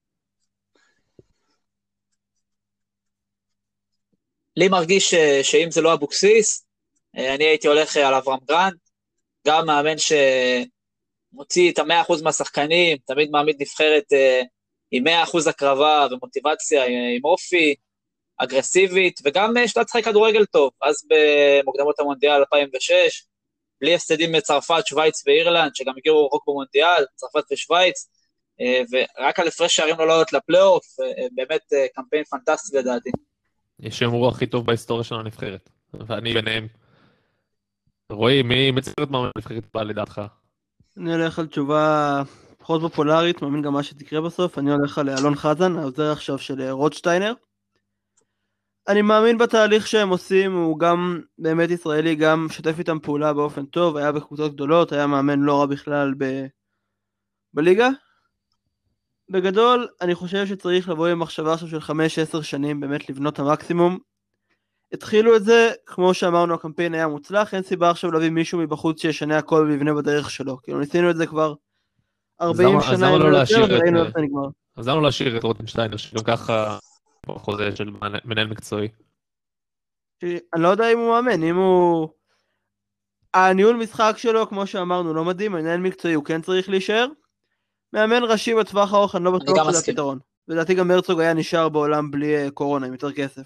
Speaker 4: לי מרגיש שאם זה לא אבוקסיס, אני הייתי הולך על אברהם גרנט, גם מאמן שמוציא את 100% מהשחקנים, תמיד מעמיד נבחרת עם 100% הקרבה ומוטיבציה, עם אופי, אגרסיבית, וגם שאתה צריך כדורגל טוב, אז במוקדמות המונדיאל 2006, בלי הפסדים מצרפת, שוויץ ואירלנד, שגם הגיעו רחוק במונדיאל, צרפת ושוויץ, ורק על הפרש שערים לא לעלות לפלייאוף, באמת קמפיין פנטסטי לדעתי.
Speaker 3: יש אמרו הכי טוב בהיסטוריה של הנבחרת, ואני ביניהם. רועי, מי צריך להיות מאמן נבחרת הבאה לדעתך?
Speaker 2: אני הולך על תשובה פחות פופולרית, מאמין גם מה שתקרה בסוף, אני הולך על אלון חזן, העוזר עכשיו של רוטשטיינר. אני מאמין בתהליך שהם עושים, הוא גם באמת ישראלי, גם שתף איתם פעולה באופן טוב, היה בקבוצות גדולות, היה מאמן לא רע בכלל בליגה. בגדול, אני חושב שצריך לבוא עם מחשבה עכשיו של 5-10 שנים, באמת לבנות המקסימום. התחילו את זה, כמו שאמרנו, הקמפיין היה מוצלח, אין סיבה עכשיו להביא מישהו מבחוץ שישנה הכל ויבנה בדרך שלו. כאילו ניסינו את זה כבר 40
Speaker 3: אז
Speaker 2: שנה,
Speaker 3: למה
Speaker 2: אם
Speaker 3: לא
Speaker 2: לא יותר,
Speaker 3: להשאיר
Speaker 2: וראינו איך זה נגמר.
Speaker 3: אז למה לא להשאיר את רוטנשטיינר, שגם ככה בחוזה של מנהל מקצועי?
Speaker 2: אני לא יודע אם הוא מאמן, אם הוא... הניהול משחק שלו, כמו שאמרנו, לא מדהים, מנהל מקצועי הוא כן צריך להישאר. מאמן ראשי בטווח הארוך, אני לא
Speaker 4: אני
Speaker 2: בטוח
Speaker 4: גם
Speaker 2: שזה
Speaker 4: מסכים.
Speaker 2: הפתרון. לדעתי גם הרצוג היה נשאר בעולם בלי קורונה, עם יותר כסף.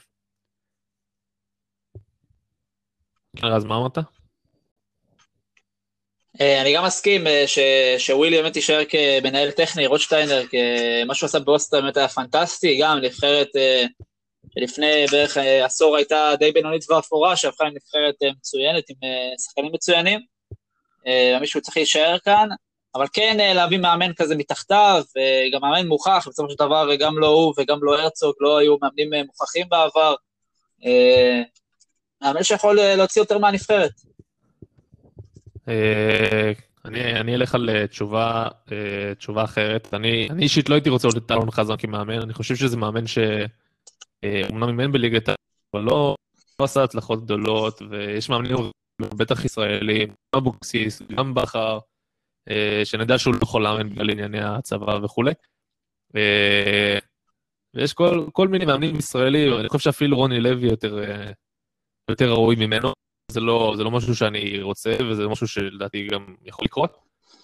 Speaker 3: אז מה אמרת?
Speaker 4: אני גם מסכים שווילי באמת יישאר כמנהל טכני, רוטשטיינר, מה שהוא עשה באוסטר באמת היה פנטסטי, גם נבחרת שלפני בערך עשור הייתה די בינונית ואפורה, שהפכה לנבחרת מצוינת, עם שחקנים מצוינים, מישהו צריך להישאר כאן, אבל כן להביא מאמן כזה מתחתיו, גם מאמן מוכח, בסופו של דבר גם לא הוא וגם לא הרצוג, לא היו מאמנים מוכחים בעבר, מאמן שיכול להוציא יותר מהנבחרת.
Speaker 3: אני אלך על תשובה אחרת. אני אישית לא הייתי רוצה עוד את אלון חזן כמאמן, אני חושב שזה מאמן שאומנם אימן בליגת העל, אבל לא עשה הצלחות גדולות, ויש מאמנים בטח ישראלים, גם אבוקסיס, גם בכר, שנדע שהוא לא יכול לאמן בגלל ענייני הצבא וכולי. ויש כל מיני מאמנים ישראלים, אני חושב שאפילו רוני לוי יותר ראוי ממנו. זה לא משהו שאני רוצה, וזה משהו שלדעתי גם יכול לקרות.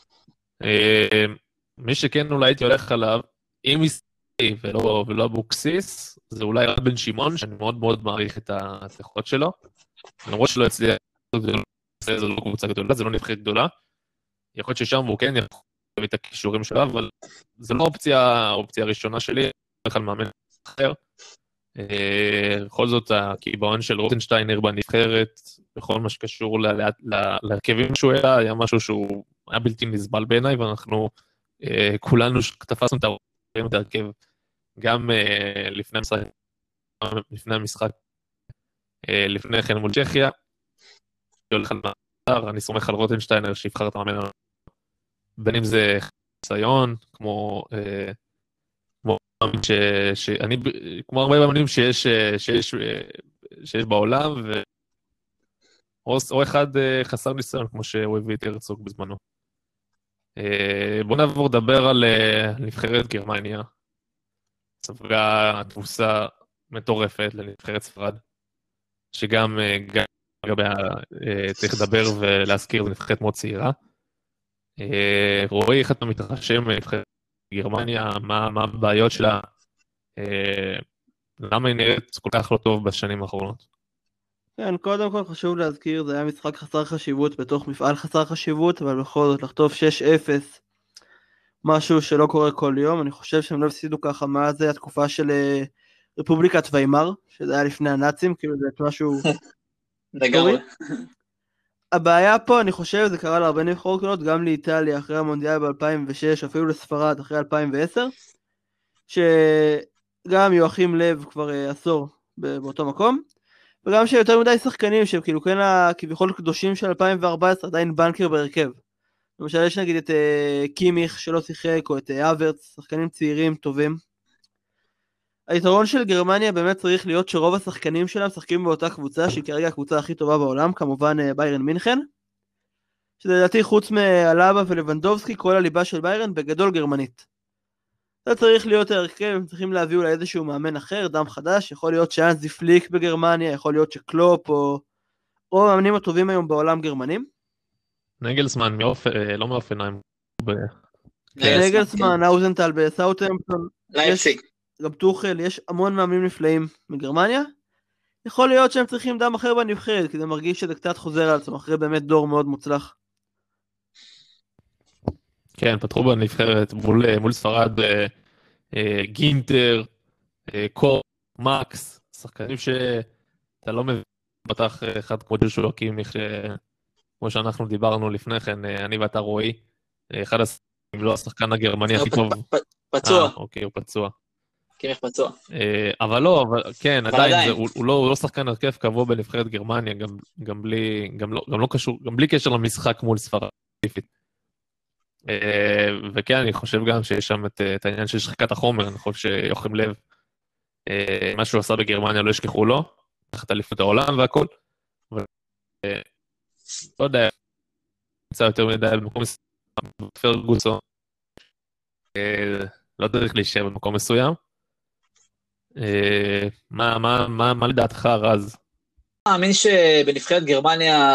Speaker 3: מי שכן אולי הייתי הולך עליו, אם ישראלי ולא אבוקסיס, זה אולי רק בן שמעון, שאני מאוד מאוד מעריך את היכולות שלו. למרות שלא הצליח, זה לא קבוצה גדולה, זה לא נבחרת גדולה. יכול להיות ששם הוא כן יכול את הכישורים שלו, אבל זה לא האופציה הראשונה שלי, אני הולך על מאמן אחר. בכל זאת, הקיבעון של רוטנשטיינר בנבחרת, בכל מה שקשור להרכבים שהוא היה משהו שהוא היה בלתי נסבל בעיניי, ואנחנו כולנו תפסנו את ההרכב גם לפני המשחק, לפני כן מול צ'כיה. אני סומך על רוטנשטיינר שיבחר את המאמן, בין אם זה ניסיון, כמו הרבה מאמנים שיש בעולם, או אחד חסר ניסיון, כמו שהוא הביא את הרצוג בזמנו. בואו נעבור לדבר על נבחרת גרמניה. ספגה תבוסה מטורפת לנבחרת ספרד, שגם צריך לדבר ולהזכיר, זו נבחרת מאוד צעירה. רועי, איך אתה מתרשם מנבחרת גרמניה, מה הבעיות שלה, למה היא נראית כל כך לא טוב בשנים האחרונות?
Speaker 2: כן, קודם כל חשוב להזכיר, זה היה משחק חסר חשיבות בתוך מפעל חסר חשיבות, אבל בכל זאת לחטוף 6-0, משהו שלא קורה כל יום. אני חושב שהם לא הפסידו ככה מאז התקופה של רפובליקת ויימר, שזה היה לפני הנאצים, כאילו זה משהו...
Speaker 4: לגמרי.
Speaker 2: הבעיה פה, אני חושב, זה קרה להרבה נבחרות גדולות, גם לאיטליה אחרי המונדיאל ב-2006, אפילו לספרד אחרי 2010, שגם יואכים לב כבר עשור באותו מקום, וגם שיותר מדי שחקנים שהם כאילו כן כביכול קדושים של 2014, עדיין בנקר בהרכב. למשל יש נגיד את קימיך שלא שיחק, או את אברץ, שחקנים צעירים טובים. היתרון של גרמניה באמת צריך להיות שרוב השחקנים שלה משחקים באותה קבוצה, שהיא כרגע הקבוצה הכי טובה בעולם, כמובן ביירן מינכן, שלדעתי חוץ מאלאבה ולבנדובסקי, כל הליבה של ביירן בגדול גרמנית. זה צריך להיות הרכב, הם צריכים להביא אולי איזשהו מאמן אחר, דם חדש, יכול להיות שאנזי פליק בגרמניה, יכול להיות שקלופ, או המאמנים הטובים היום בעולם גרמנים.
Speaker 3: נגלסמן, לא מאופנהיים.
Speaker 2: נגלסמן, אוזנטל בסאוטהמפטון.
Speaker 4: לייפציג.
Speaker 2: גם טוחל, יש המון מאמנים נפלאים מגרמניה. יכול להיות שהם צריכים דם אחר בנבחרת, כי זה מרגיש שזה קצת חוזר על עצמו, אחרי באמת דור מאוד מוצלח.
Speaker 3: כן, פתחו בנבחרת מול ספרד, גינטר, קור, מקס, שחקנים שאתה לא מבין, פתח אחד כמו ג'ושוע קימיך, כמו שאנחנו דיברנו לפני כן, אני ואתה רועי, אחד אם לא השחקן הגרמני הכי טוב.
Speaker 4: פצוע.
Speaker 3: אוקיי, הוא פצוע.
Speaker 4: קימיך פצוע.
Speaker 3: אבל לא, כן,
Speaker 4: אבל
Speaker 3: עדיין, הוא לא שחקן הרכב קבוע בנבחרת גרמניה, גם לא קשור, גם בלי קשר למשחק מול ספרד. וכן, אני חושב גם שיש שם את העניין של שחיקת החומר, אני חושב שיוחם לב, מה שהוא עשה בגרמניה לא ישכחו לו, תחת אליפות העולם והכל, לא יודע, נמצא יותר מדי במקום מסוים, פרגוסון, לא צריך להישאר במקום מסוים. מה לדעתך, רז?
Speaker 4: אני מאמין שבנבחרת גרמניה,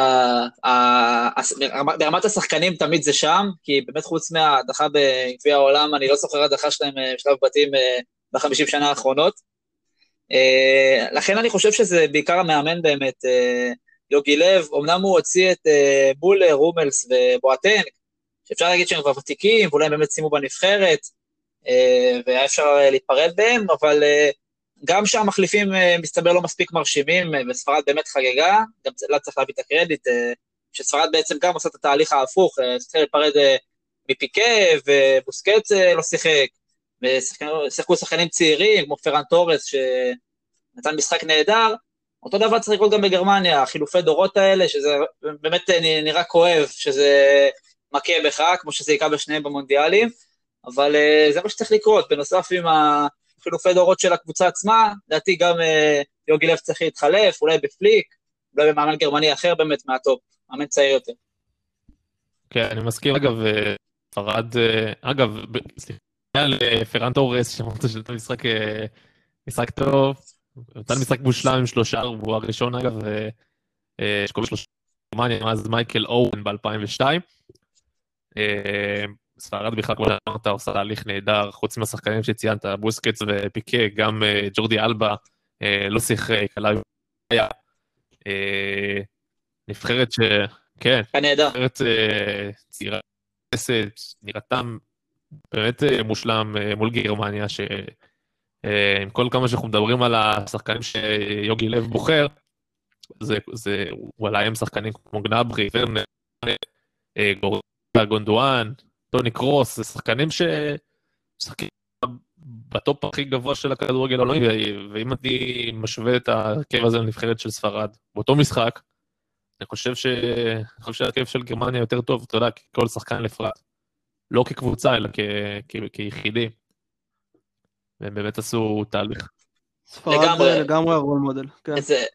Speaker 4: ברמת השחקנים תמיד זה שם, כי באמת חוץ מההדחה בגביע העולם, אני לא זוכר הדחה שלהם בשלב בתים ב50 שנה האחרונות. לכן אני חושב שזה בעיקר המאמן באמת, יוגי לב, אמנם הוא הוציא את מולר, רומלס ובואטנג, שאפשר להגיד שהם כבר ותיקים, ואולי הם באמת שימו בנבחרת, והיה אפשר להתפרד בהם, אבל גם שהמחליפים מסתבר לא מספיק מרשימים, וספרד באמת חגגה, גם לא צריך להביא את הקרדיט, שספרד בעצם גם עושה את התהליך ההפוך, צריך להיפרד מפיקה, ובוסקץ לא שיחק, ושיחקו שחקנים צעירים, כמו פרן טורס, שנתן משחק נהדר, אותו דבר צריך לקרות גם בגרמניה, החילופי דורות האלה, שזה באמת נראה כואב, שזה מכה בך, כמו שזה יקרה בשניהם במונדיאלים, אבל זה מה שצריך לקרות, בנוסף עם החילופי דורות של הקבוצה עצמה, לדעתי גם יוגי לב צריך להתחלף, אולי בפליק, אולי במאמן גרמני אחר באמת מהטופ, מאמן צעיר יותר.
Speaker 3: כן, אני מסכים, אגב, פרד, אגב, סליחה, לפרן טורס, שאמרת שאתה משחק טוב, נתן משחק מושלם עם 3, והוא הראשון, אגב, שקוראים 3 גרמניה, אז מייקל אורן ב-2002, ספרד בכלל, כמו שאמרת, עושה תהליך נהדר, חוץ מהשחקנים שציינת, בוסקץ ופיקה, גם ג'ורדי אלבה, לא שיחק, היה נבחרת כן, נבחרת צעירה, נראתם באמת מושלם מול גרמניה, שעם כל כמה שאנחנו מדברים על השחקנים שיוגי לב בוחר, הוא עלה עם שחקנים כמו גנברי, ורנר, גונדואן, טוני קרוס, זה שחקנים ששחקים בטופ הכי גבוה של הכדורגל העולמי, ואם אני משווה את ההרכב הזה לנבחרת של ספרד, באותו משחק, אני חושב שהרכב של גרמניה יותר טוב, אתה יודע, כל שחקן לפרט, לא כקבוצה, אלא כיחידים. והם באמת עשו תהליך.
Speaker 2: ספרד זה לגמרי הרול מודל, כן.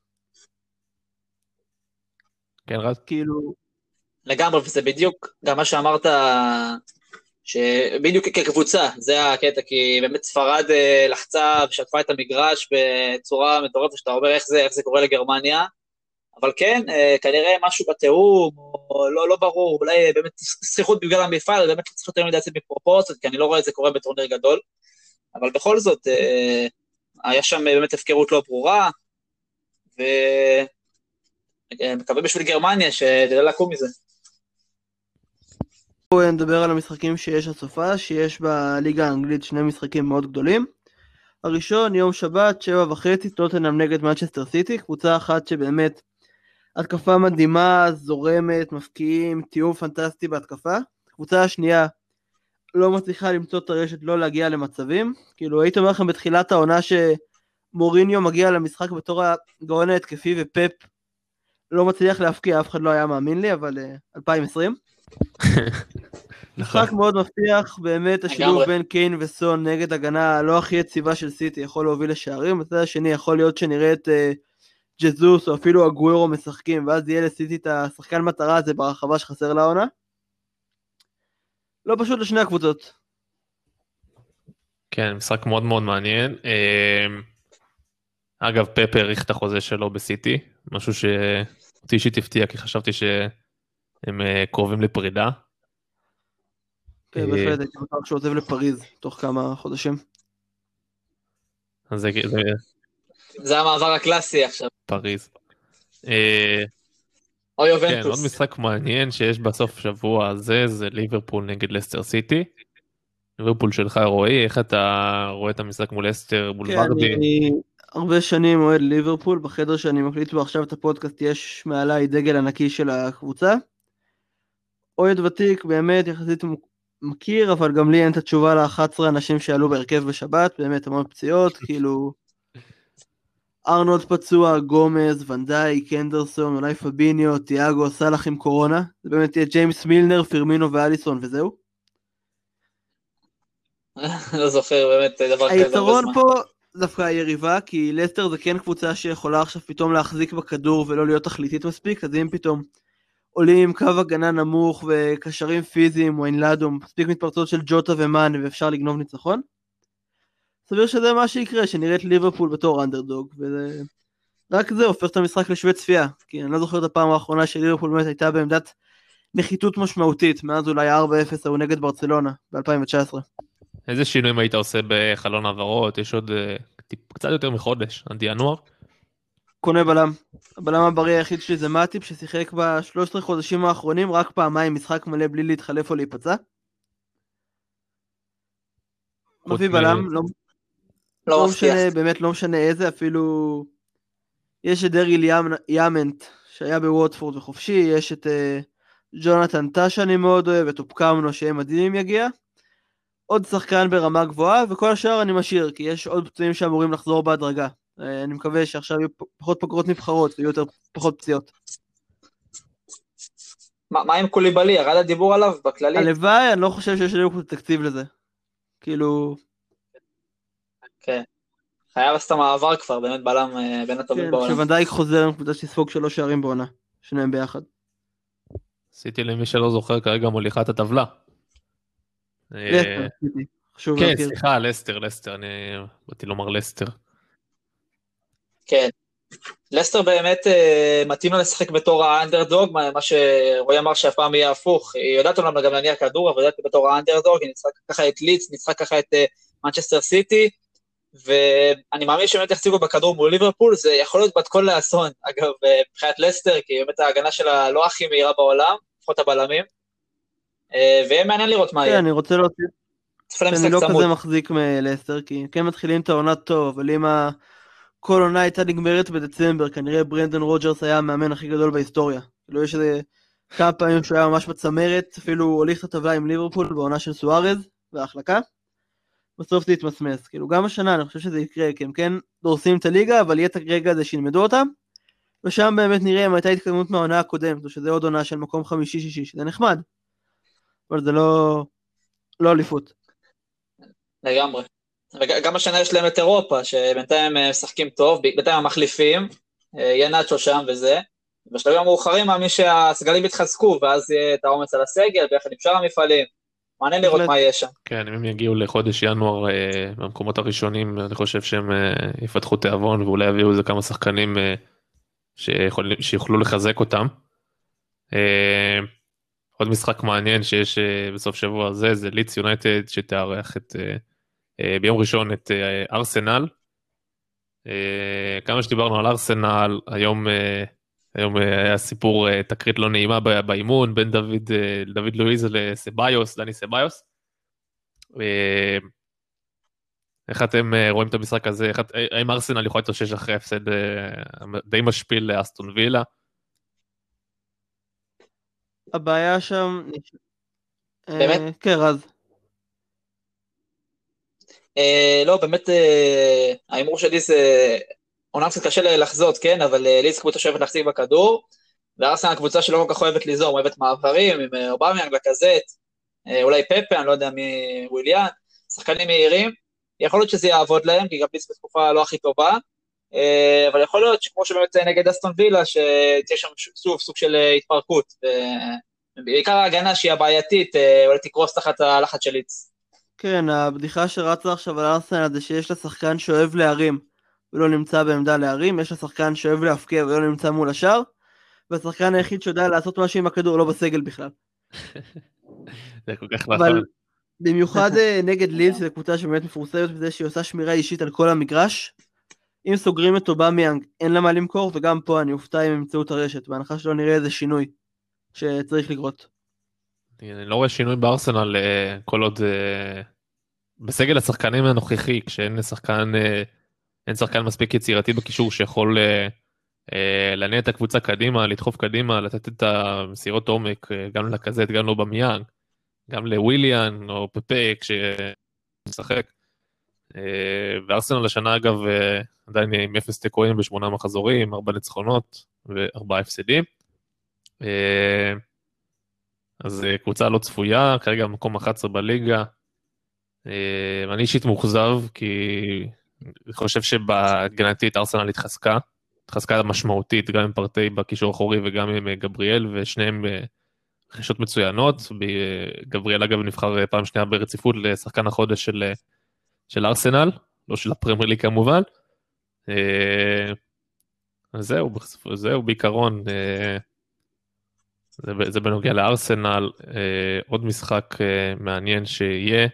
Speaker 3: כן, רז?
Speaker 2: כאילו...
Speaker 4: לגמרי, וזה בדיוק גם מה שאמרת, שבדיוק כקבוצה, זה הקטע, כי באמת ספרד לחצה ושטפה את המגרש בצורה מטורפת, שאתה אומר איך זה קורה לגרמניה, אבל כן, כנראה משהו בתיאום, או לא ברור, אולי באמת שכיחות בגלל המפעל, באמת צריך יותר מדי לצאת מפרופורציות, כי אני לא רואה את זה קורה בטורניר גדול, אבל בכל זאת, היה שם באמת הפקרות לא ברורה, ומקווה בשביל גרמניה שתדע לקום מזה.
Speaker 2: בואו נדבר על המשחקים שיש הסופה, שיש בליגה האנגלית 2 משחקים מאוד גדולים. הראשון, יום שבת, 7:30, טוטנהאם נגד מנצ'סטר סיטי, קבוצה אחת שבאמת התקפה מדהימה, זורמת, מפקיעים, תיאום פנטסטי בהתקפה. קבוצה השנייה לא מצליחה למצוא את הרשת, לא להגיע למצבים. כאילו הייתי אומר לכם בתחילת העונה שמוריניו מגיע למשחק בתור הגאון ההתקפי, ופפ לא מצליח להפקיע, אף אחד לא היה מאמין לי, אבל 2020. משחק מאוד מבטיח, באמת השילוב בין קיין וסון נגד הגנה לא הכי יציבה של סיטי יכול להוביל לשערים, בצד השני יכול להיות שנראה את ג'זוס או אפילו אגוארו משחקים, ואז יהיה לסיטי את השחקן מטרה הזה ברחבה שחסר לעונה. לא פשוט לשני הקבוצות.
Speaker 3: כן, משחק מאוד מאוד מעניין. אגב, פפ העריך את החוזה שלו בסיטי, משהו שאותי אישית הפתיע, כי חשבתי שהם קרובים לפרידה.
Speaker 2: כן, בהחלט, הייתי בטוח שהוא עוזב לפריז תוך כמה חודשים.
Speaker 4: זה המעבר הקלאסי עכשיו.
Speaker 3: פריז.
Speaker 4: או יובנטוס.
Speaker 3: כן, עוד משחק מעניין שיש בסוף שבוע הזה, זה ליברפול נגד לסטר סיטי. ליברפול שלך רועי, איך אתה רואה את המשחק מול לסטר, מול ורדי?
Speaker 2: כן, אני הרבה שנים אוהד ליברפול, בחדר שאני מקליט בו עכשיו את הפודקאסט יש מעליי דגל ענקי של הקבוצה. אוהד ותיק, באמת יחסית מכיר, אבל גם לי אין את התשובה ל-11 אנשים שעלו בהרכב בשבת, באמת המון פציעות, כאילו ארנולד פצוע, גומז, ונדאי, קנדרסון, אולי פביניו, תיאגו, סלאח עם קורונה, זה באמת יהיה ג'יימס מילנר, פירמינו ואליסון וזהו.
Speaker 4: לא זוכר באמת דבר כזה הרבה
Speaker 2: היתרון
Speaker 4: זמן.
Speaker 2: פה דווקא היריבה, כי לסטר זה כן קבוצה שיכולה עכשיו פתאום להחזיק בכדור ולא להיות תכליתית מספיק, אז אם פתאום עולים עם קו הגנה נמוך וקשרים פיזיים, וויינלדו, מספיק מתפרצות של ג'וטה ומאנה ואפשר לגנוב ניצחון, סביר שזה מה שיקרה, שנראית ליברפול בתור אנדרדוג, ורק זה הופך את המשחק לשווה צפייה, כי אני לא זוכר את הפעם האחרונה שליברפול באמת הייתה בעמדת נחיתות משמעותית, מאז אולי 4-0 או נגד ברצלונה ב-2019.
Speaker 3: איזה שינויים היית עושה בחלון העברות? יש עוד קצת יותר מחודש, עד ינואר?
Speaker 2: קונה בלם. הבלם הבריא היחיד שלי זה מאטיפ, ששיחק ב-13 חודשים האחרונים, רק פעמיים משחק מלא בלי להתחלף או להיפצע. מביא בלם, לא משנה, באמת לא משנה איזה, אפילו יש את דריל יאמנט שהיה בווטפורד וחופשי, יש את ג'ונתן טאש אני מאוד אוהב, את אופקמנו שהם מדהים יגיע, עוד שחקן ברמה גבוהה, וכל השאר אני משאיר, כי יש עוד פצועים שאמורים לחזור בהדרגה. אני מקווה שעכשיו יהיו פחות פגרות נבחרות ויהיו יותר פחות פציעות.
Speaker 4: מה עם קוליבאלי? ירד הדיבור עליו בכללי?
Speaker 2: הלוואי, אני לא חושב שיש לנו תקציב לזה. כאילו...
Speaker 4: כן. חייב לעשות המעבר כבר, באמת בלם בין הטובים בעולם.
Speaker 2: כן, שוונדייק חוזר עם קבוצה שתספוג 3 שערים בעונה. שניהם ביחד.
Speaker 3: עשיתי למי שלא זוכר כרגע מוליכת הטבלה.
Speaker 2: לסטר, חשוב
Speaker 3: כן,
Speaker 2: להזכיר.
Speaker 3: סליחה, לסטר, אני באתי לומר לסטר.
Speaker 4: כן. לסטר באמת מתאים לה לשחק בתור האנדרדוג, מה שרועי אמר שהפעם יהיה הפוך, היא יודעת אומנם גם להניע כדור, אבל יודעת בתור האנדרדוג, היא ניצחה ככה את ליץ, ניצחה ככה את מנצ'סטר סיטי, ואני מאמין שבאמת יחזיקו בכדור מול ליברפול, זה יכול להיות מתכון לאסון, אגב, מבחינת לסטר, כי באמת ההגנה שלה לא הכי מהירה בעולם, לפחות הבלמים, ויהיה מעניין לראות מה יהיה.
Speaker 2: כן, אני רוצה להוסיף, שאני לא כזה מחזיק מלסטר, כי כן מתחילים את העונה טוב, אבל אם כל עונה הייתה נגמרת בדצמבר, כנראה ברנדון רוג'רס היה המאמן הכי גדול בהיסטוריה. כאילו יש איזה כמה פעמים שהוא היה ממש בצמרת, אפילו הוא הוליך את הטבלה עם ליברפול בעונה של סוארז וההחלקה. בסוף זה יתמסמס. כאילו גם השנה אני חושב שזה יקרה, כי הם כן דורסים את הליגה, אבל יהיה את הרגע הזה שילמדו אותם, ושם באמת נראה אם הייתה התקדמות מהעונה הקודמת, או שזה עוד עונה של מקום 5-6, שזה נחמד. אבל זה לא אליפות.
Speaker 4: לגמרי. וגם השנה יש להם את אירופה, שבינתיים הם משחקים טוב, בינתיים הם מחליפים, יהיה נאצ'ו שם וזה, בשלבים המאוחרים מאמין שהסגלים יתחזקו, ואז יהיה את האומץ על הסגל, ביחד עם שאר המפעלים, מעניין לראות מה יהיה שם.
Speaker 3: כן, אם הם יגיעו לחודש ינואר במקומות הראשונים, אני חושב שהם יפתחו תיאבון, ואולי יביאו איזה כמה שחקנים שיוכלו לחזק אותם. עוד משחק מעניין שיש בסוף שבוע הזה, זה לידס יונייטד שתארח ביום ראשון את ארסנל. כמה שדיברנו על ארסנל, היום היה סיפור תקרית לא נעימה באימון, בין דוד לואיז לסביוס, דני סביוס. איך אתם רואים את המשחק הזה? האם ארסנל יכולה להתאושש אחרי הפסד די משפיל לאסטון וילה?
Speaker 2: הבעיה שם...
Speaker 4: באמת?
Speaker 2: כן, רז.
Speaker 4: לא, באמת, האימור שלי זה... עונה קצת קשה לחזות, כן? אבל ליץ קבוצה שאוהבת להחזיק בכדור, וארסנל קבוצה שלא כל כך אוהבת ליזום, אוהבת מעברים, עם אובמיאנג, לקזט, אולי פפה, אני לא יודע מי וויליאן, שחקנים מהירים, יכול להיות שזה יעבוד להם, כי גם ליץ בתקופה לא הכי טובה, אבל יכול להיות שכמו שבאמת נגד אסטון וילה, שתהיה שם סוג של התפרקות, בעיקר ההגנה שהיא הבעייתית, אולי תקרוס תחת הלחץ של ליץ.
Speaker 2: כן, הבדיחה שרצה עכשיו על ארסנל זה שיש לה שחקן שאוהב להרים, ולא נמצא בעמדה להרים, יש לה שחקן שאוהב להפקר ולא נמצא מול השאר, והשחקן היחיד שיודע לעשות משהו עם הכדור לא בסגל בכלל.
Speaker 3: זה כל כך
Speaker 2: אבל
Speaker 3: נכון.
Speaker 2: במיוחד נגד ליל, שזו קבוצה שבאמת מפורסמת בזה שהיא עושה שמירה אישית על כל המגרש, אם סוגרים את אובמיאנג אין לה מה למכור, וגם פה אני אופתע אם ימצאו את הרשת, בהנחה שלא נראה איזה שינוי שצריך לקרות.
Speaker 3: אני לא רואה שינוי בארסנל כל עוד בסגל השחקנים הנוכחי, כשאין שחקן מספיק יצירתי בקישור שיכול להניע את הקבוצה קדימה, לדחוף קדימה, לתת את המסירות עומק, גם לקזט, גם לא במיאנג, גם לוויליאן או פפה כשמשחק. וארסנל השנה אגב עדיין עם 0 תיקויים ב8 מחזורים, 4 ניצחונות ו4 הפסדים. אז קבוצה לא צפויה, כרגע מקום 11 בליגה. אני אישית מאוכזב, כי אני חושב שבהגנתית ארסנל התחזקה משמעותית, גם עם פרטי בקישור האחורי וגם עם גבריאל, ושניהם רכישות מצוינות. גבריאל אגב נבחר פעם שנייה ברציפות לשחקן החודש של ארסנל, לא של הפרמייר ליג כמובן. זהו בעיקרון, זה בנוגע לארסנל. עוד משחק מעניין שיהיה,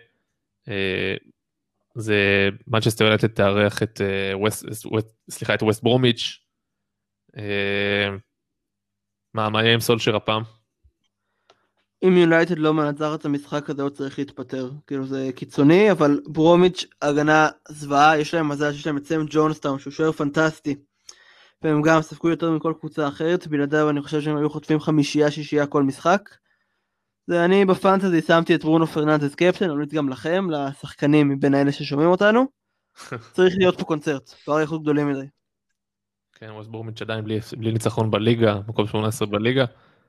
Speaker 3: זה מנצ'סטר יונייטד תארח את ווסט ברומיץ'. מה יהיה עם סולשר הפעם?
Speaker 2: אם יונייטד לא מנצחת את המשחק הזה, הוא צריך להתפטר. כאילו זה קיצוני, אבל ברומיץ' הגנה זוועה, יש להם מזל שיש להם את סם ג'ונסטאון, שהוא שוער פנטסטי. והם גם ספקו יותר מכל קבוצה אחרת, בלעדיו אני חושב שהם היו חוטפים 5-6 כל משחק. אני בפנטזי שמתי את ברונו פרננדס קפטן, אני גם לכם, לשחקנים מבין האלה ששומעים אותנו. צריך להיות פה קונצרט, כבר איכות גדולים מדי.
Speaker 3: כן, ווסט ברומיץ' עדיין בלי ניצחון בליגה, מקום 18 בליגה.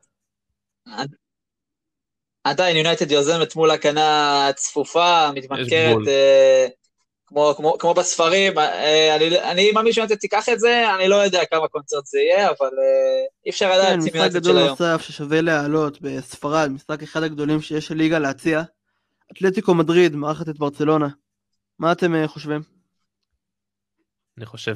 Speaker 4: עדיין יונייטד יוזמת מול הקנה צפופה, מתמכרת, כמו בספרים. אני מאמין שיונייטד תיקח את זה, אני לא יודע כמה קונצרט זה יהיה, אבל אי אפשר לדעת עם יונייטד של היום.
Speaker 2: משחק גדול נוסף ששווה להעלות בספרד, משחק אחד הגדולים שיש לליגה להציע, אתלטיקו מדריד, מארחת את ברצלונה. מה אתם חושבים?
Speaker 3: אני חושב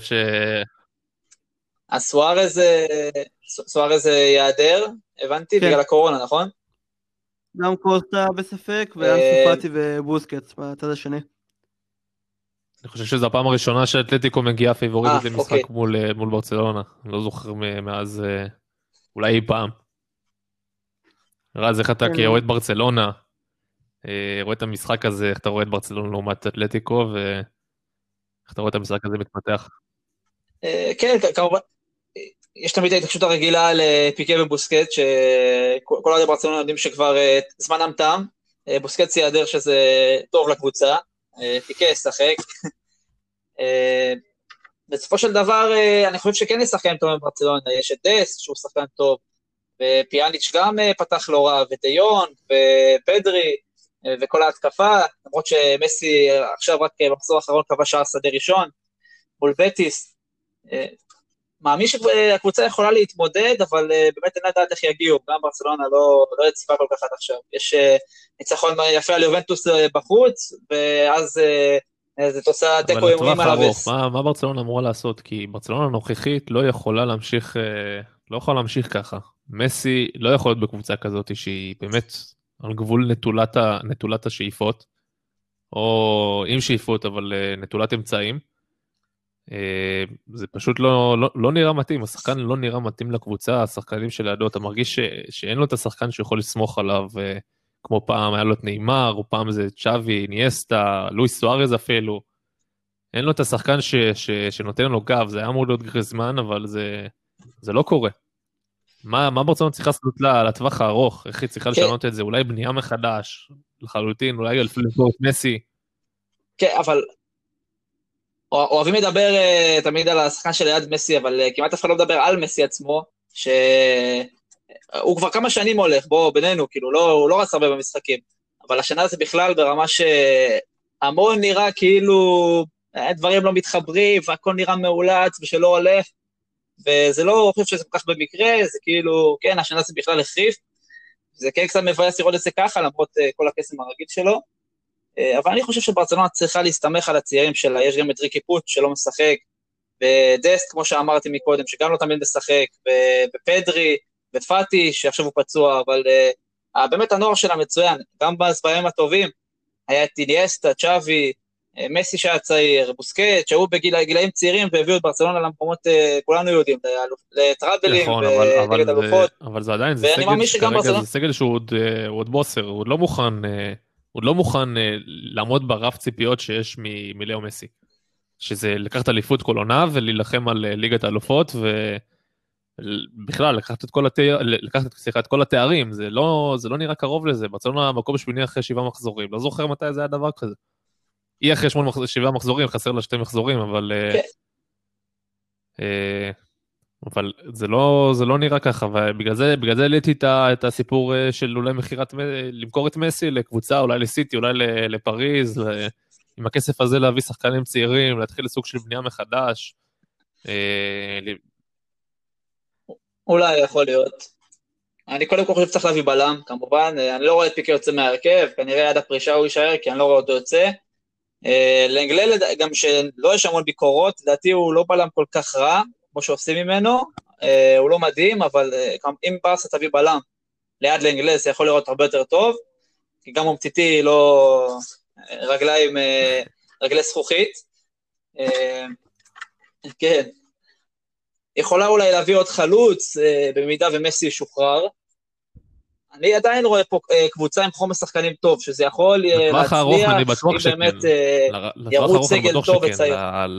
Speaker 4: סוארז יעדר, הבנתי, בגלל הקורונה, נכון?
Speaker 2: גם קוסטה בספק, ואנסו פאטי ובוסקץ בצד השני.
Speaker 3: אני חושב שזו הפעם הראשונה שאתלטיקו מגיעה פיבוריטית למשחק מול ברצלונה. אני לא זוכר מאז, אולי אי פעם. רז, איך אתה כאוהד ברצלונה, רואה את המשחק הזה, איך אתה רואה את ברצלונה לעומת אתלטיקו, ואיך אתה רואה את המשחק הזה מתפתח?
Speaker 4: כן, כמובן. יש תמיד ההתעקשות הרגילה לפיקה ובוסקט, שכל עדי ברצלונה יודעים שכבר זמנם תם, בוסקט יעדר שזה טוב לקבוצה, פיקה ישחק. בסופו של דבר, אני חושב שכן ישחקן טוב בברצלונה, יש את דס, שהוא שחקן טוב, ופיאניץ' גם פתח לא רע, ודיון, ופדרי, וכל ההתקפה, למרות שמסי עכשיו רק במחזור האחרון קבע שער שדה ראשון, מול בטיס, מאמין שהקבוצה יכולה להתמודד, אבל באמת אין לדעת איך יגיעו, גם ברצלונה לא יציבה כל כך עד עכשיו. יש ניצחון יפה על יובנטוס בחוץ, ואז זה תוצאה תיקו אימונים על הבס.
Speaker 3: מה ברצלונה אמורה לעשות? כי ברצלונה הנוכחית לא יכולה להמשיך ככה. מסי לא יכול להיות בקבוצה כזאת שהיא באמת על גבול נטולת השאיפות, או עם שאיפות, אבל נטולת אמצעים. זה פשוט לא נראה מתאים, השחקן לא נראה מתאים לקבוצה, השחקנים שלידו, אתה מרגיש שאין לו את השחקן שיכול לסמוך עליו, כמו פעם היה לו את ניימר, או פעם זה צ'אבי, ניאסטה, לואיס סוארז אפילו, אין לו את השחקן שנותן לו גב, זה היה אמור להיות גריזמן, אבל זה לא קורה. מה ברצלונה צריכה לעשות לטווח הארוך? איך היא צריכה לשנות את זה? אולי בנייה מחדש, לחלוטין, אולי לפלפור את מסי.
Speaker 4: כן, אבל אוהבים לדבר תמיד על השחקן שליד מסי, אבל כמעט אף אחד לא מדבר על מסי עצמו, שהוא כבר כמה שנים הולך, בינינו, כאילו, הוא לא רץ הרבה במשחקים, אבל השנה זה בכלל ברמה שהמון נראה כאילו דברים לא מתחברים, והכל נראה מעולץ ושלא הולך, וזה לא, אני חושב שזה כל כך במקרה, זה כאילו, כן, השנה זה בכלל החריף, זה כן קצת מבאס לראות את זה ככה, למרות כל הקסם הרגיל שלו, אבל אני חושב שברצלונה צריכה להסתמך על הצעירים שלה, יש גם את ריקי פוט שלא משחק, ודסט, כמו שאמרתי מקודם, שגם לא תמיד משחק, ופדרי, ופאטי, שעכשיו הוא פצוע, אבל באמת הנוער שלה מצוין, גם בזבעים הטובים, היה את איניאסטה, צ'אבי, מסי שהיה צעיר, בוסקט, שהיו בגילאים צעירים, והביאו את ברצלונה למקומות, כולנו יודעים, לטראבלים, ונגד אלופות.
Speaker 3: אבל זה עדיין, זה סגל שהוא עוד בוסר, הוא עוד לא מוכן לעמוד ברף ציפיות שיש מלאו מסי, שזה לקחת אליפות כל עונה ולהילחם על ליגת האלופות בכלל, לקחת את כל התארים, זה לא נראה קרוב לזה, ברצלונה מקום שמיני אחרי 7 מחזורים, לא זוכר מתי זה היה דבר כזה. היא אחרי 7 מחזורים, חסר לה 2 מחזורים, אבל זה לא נראה ככה, ובגלל זה העליתי את הסיפור של אולי למכור את מסי לקבוצה, אולי לסיטי, אולי לפריז, עם הכסף הזה להביא שחקנים צעירים, להתחיל לסוג של בנייה מחדש.
Speaker 4: אולי יכול להיות. אני קודם כל חושב שצריך להביא בלם, כמובן, אני לא רואה את פיקה יוצא מהרכב, כנראה עד הפרישה הוא יישאר, כי אני לא רואה אותו יוצא. לאנגלל, גם שלא יש המון ביקורות, לדעתי הוא לא בלם כל כך רע, כמו שעושים ממנו, הוא לא מדהים, אבל אם ברסה תביא בלם ליד לאנגלל, זה יכול לראות הרבה יותר טוב, כי גם אומציתי לא רגלי זכוכית. כן. יכולה אולי להביא עוד חלוץ, במידה ומסי ישוחרר. אני עדיין רואה פה קבוצה עם חומר שחקנים טוב, שזה יכול להצליח, אם באמת ירוץ סגל טוב וצעיר.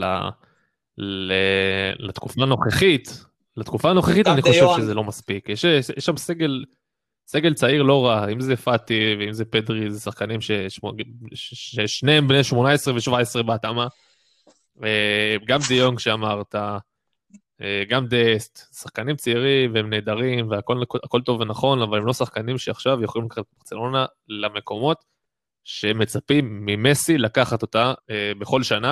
Speaker 3: לתקופה הנוכחית אני חושב שזה לא מספיק. יש שם סגל צעיר לא רע, אם זה פאטי ואם זה פדרי, זה שחקנים ששניהם בני 18 ו-17 בהתאמה. גם דיונג שאמרת, גם דסט, שחקנים צעירים והם נהדרים והכל טוב ונכון, אבל הם לא שחקנים שעכשיו יכולים לקחת ברצלונה למקומות שמצפים ממסי לקחת אותה בכל שנה,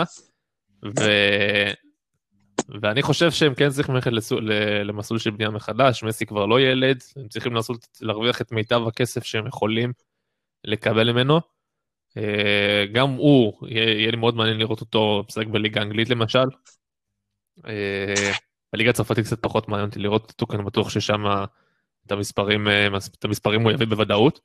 Speaker 3: ואני חושב שהם כן צריכים ללכת למסלול של בנייה מחדש. מסי כבר לא ילד, הם צריכים להרוויח את מיטב הכסף שהם יכולים לקבל ממנו. גם הוא, יהיה לי מאוד מעניין לראות אותו משחק בליגה האנגלית למשל. בליגה הצרפתית קצת פחות מעניין אותי לראות אותו, כי אני בטוח ששם את המספרים הוא יביא בוודאות.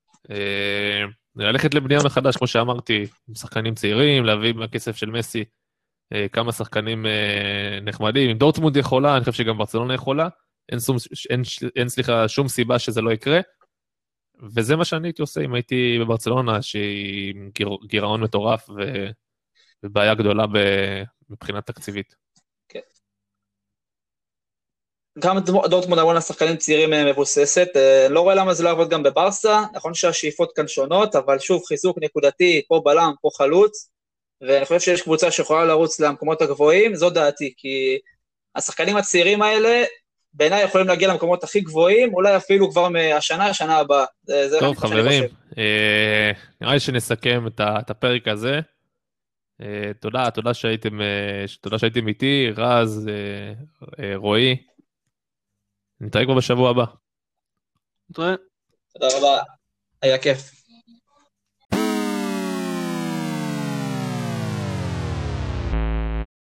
Speaker 3: ללכת לבנייה מחדש, כמו שאמרתי, עם שחקנים צעירים, להביא מהכסף של מסי כמה שחקנים נחמדים. אם דורטמונד יכולה, אני חושב שגם ברצלונה יכולה, אין שום סיבה שזה לא יקרה, וזה מה שאני הייתי עושה אם הייתי בברצלונה, שהיא גירעון מטורף ובעיה גדולה מבחינת תקציבית.
Speaker 4: כן. גם דורטמונד אמרו לשחקנים צעירים מבוססת, לא רואה למה זה לא יעבוד גם בברסה, נכון שהשאיפות כאן שונות, אבל שוב חיזוק נקודתי, פה בלם, פה חלוץ, ואני חושב שיש קבוצה שיכולה לרוץ למקומות הגבוהים, זו דעתי, כי השחקנים הצעירים האלה, בעיניי יכולים להגיע למקומות הכי גבוהים, אולי אפילו כבר מהשנה, השנה הבאה.
Speaker 3: טוב, חברים, נראה לי שנסכם את הפרק הזה. תודה שהייתם איתי, רז, רועי. נתראה כבר בשבוע הבא.
Speaker 4: תודה רבה, היה כיף.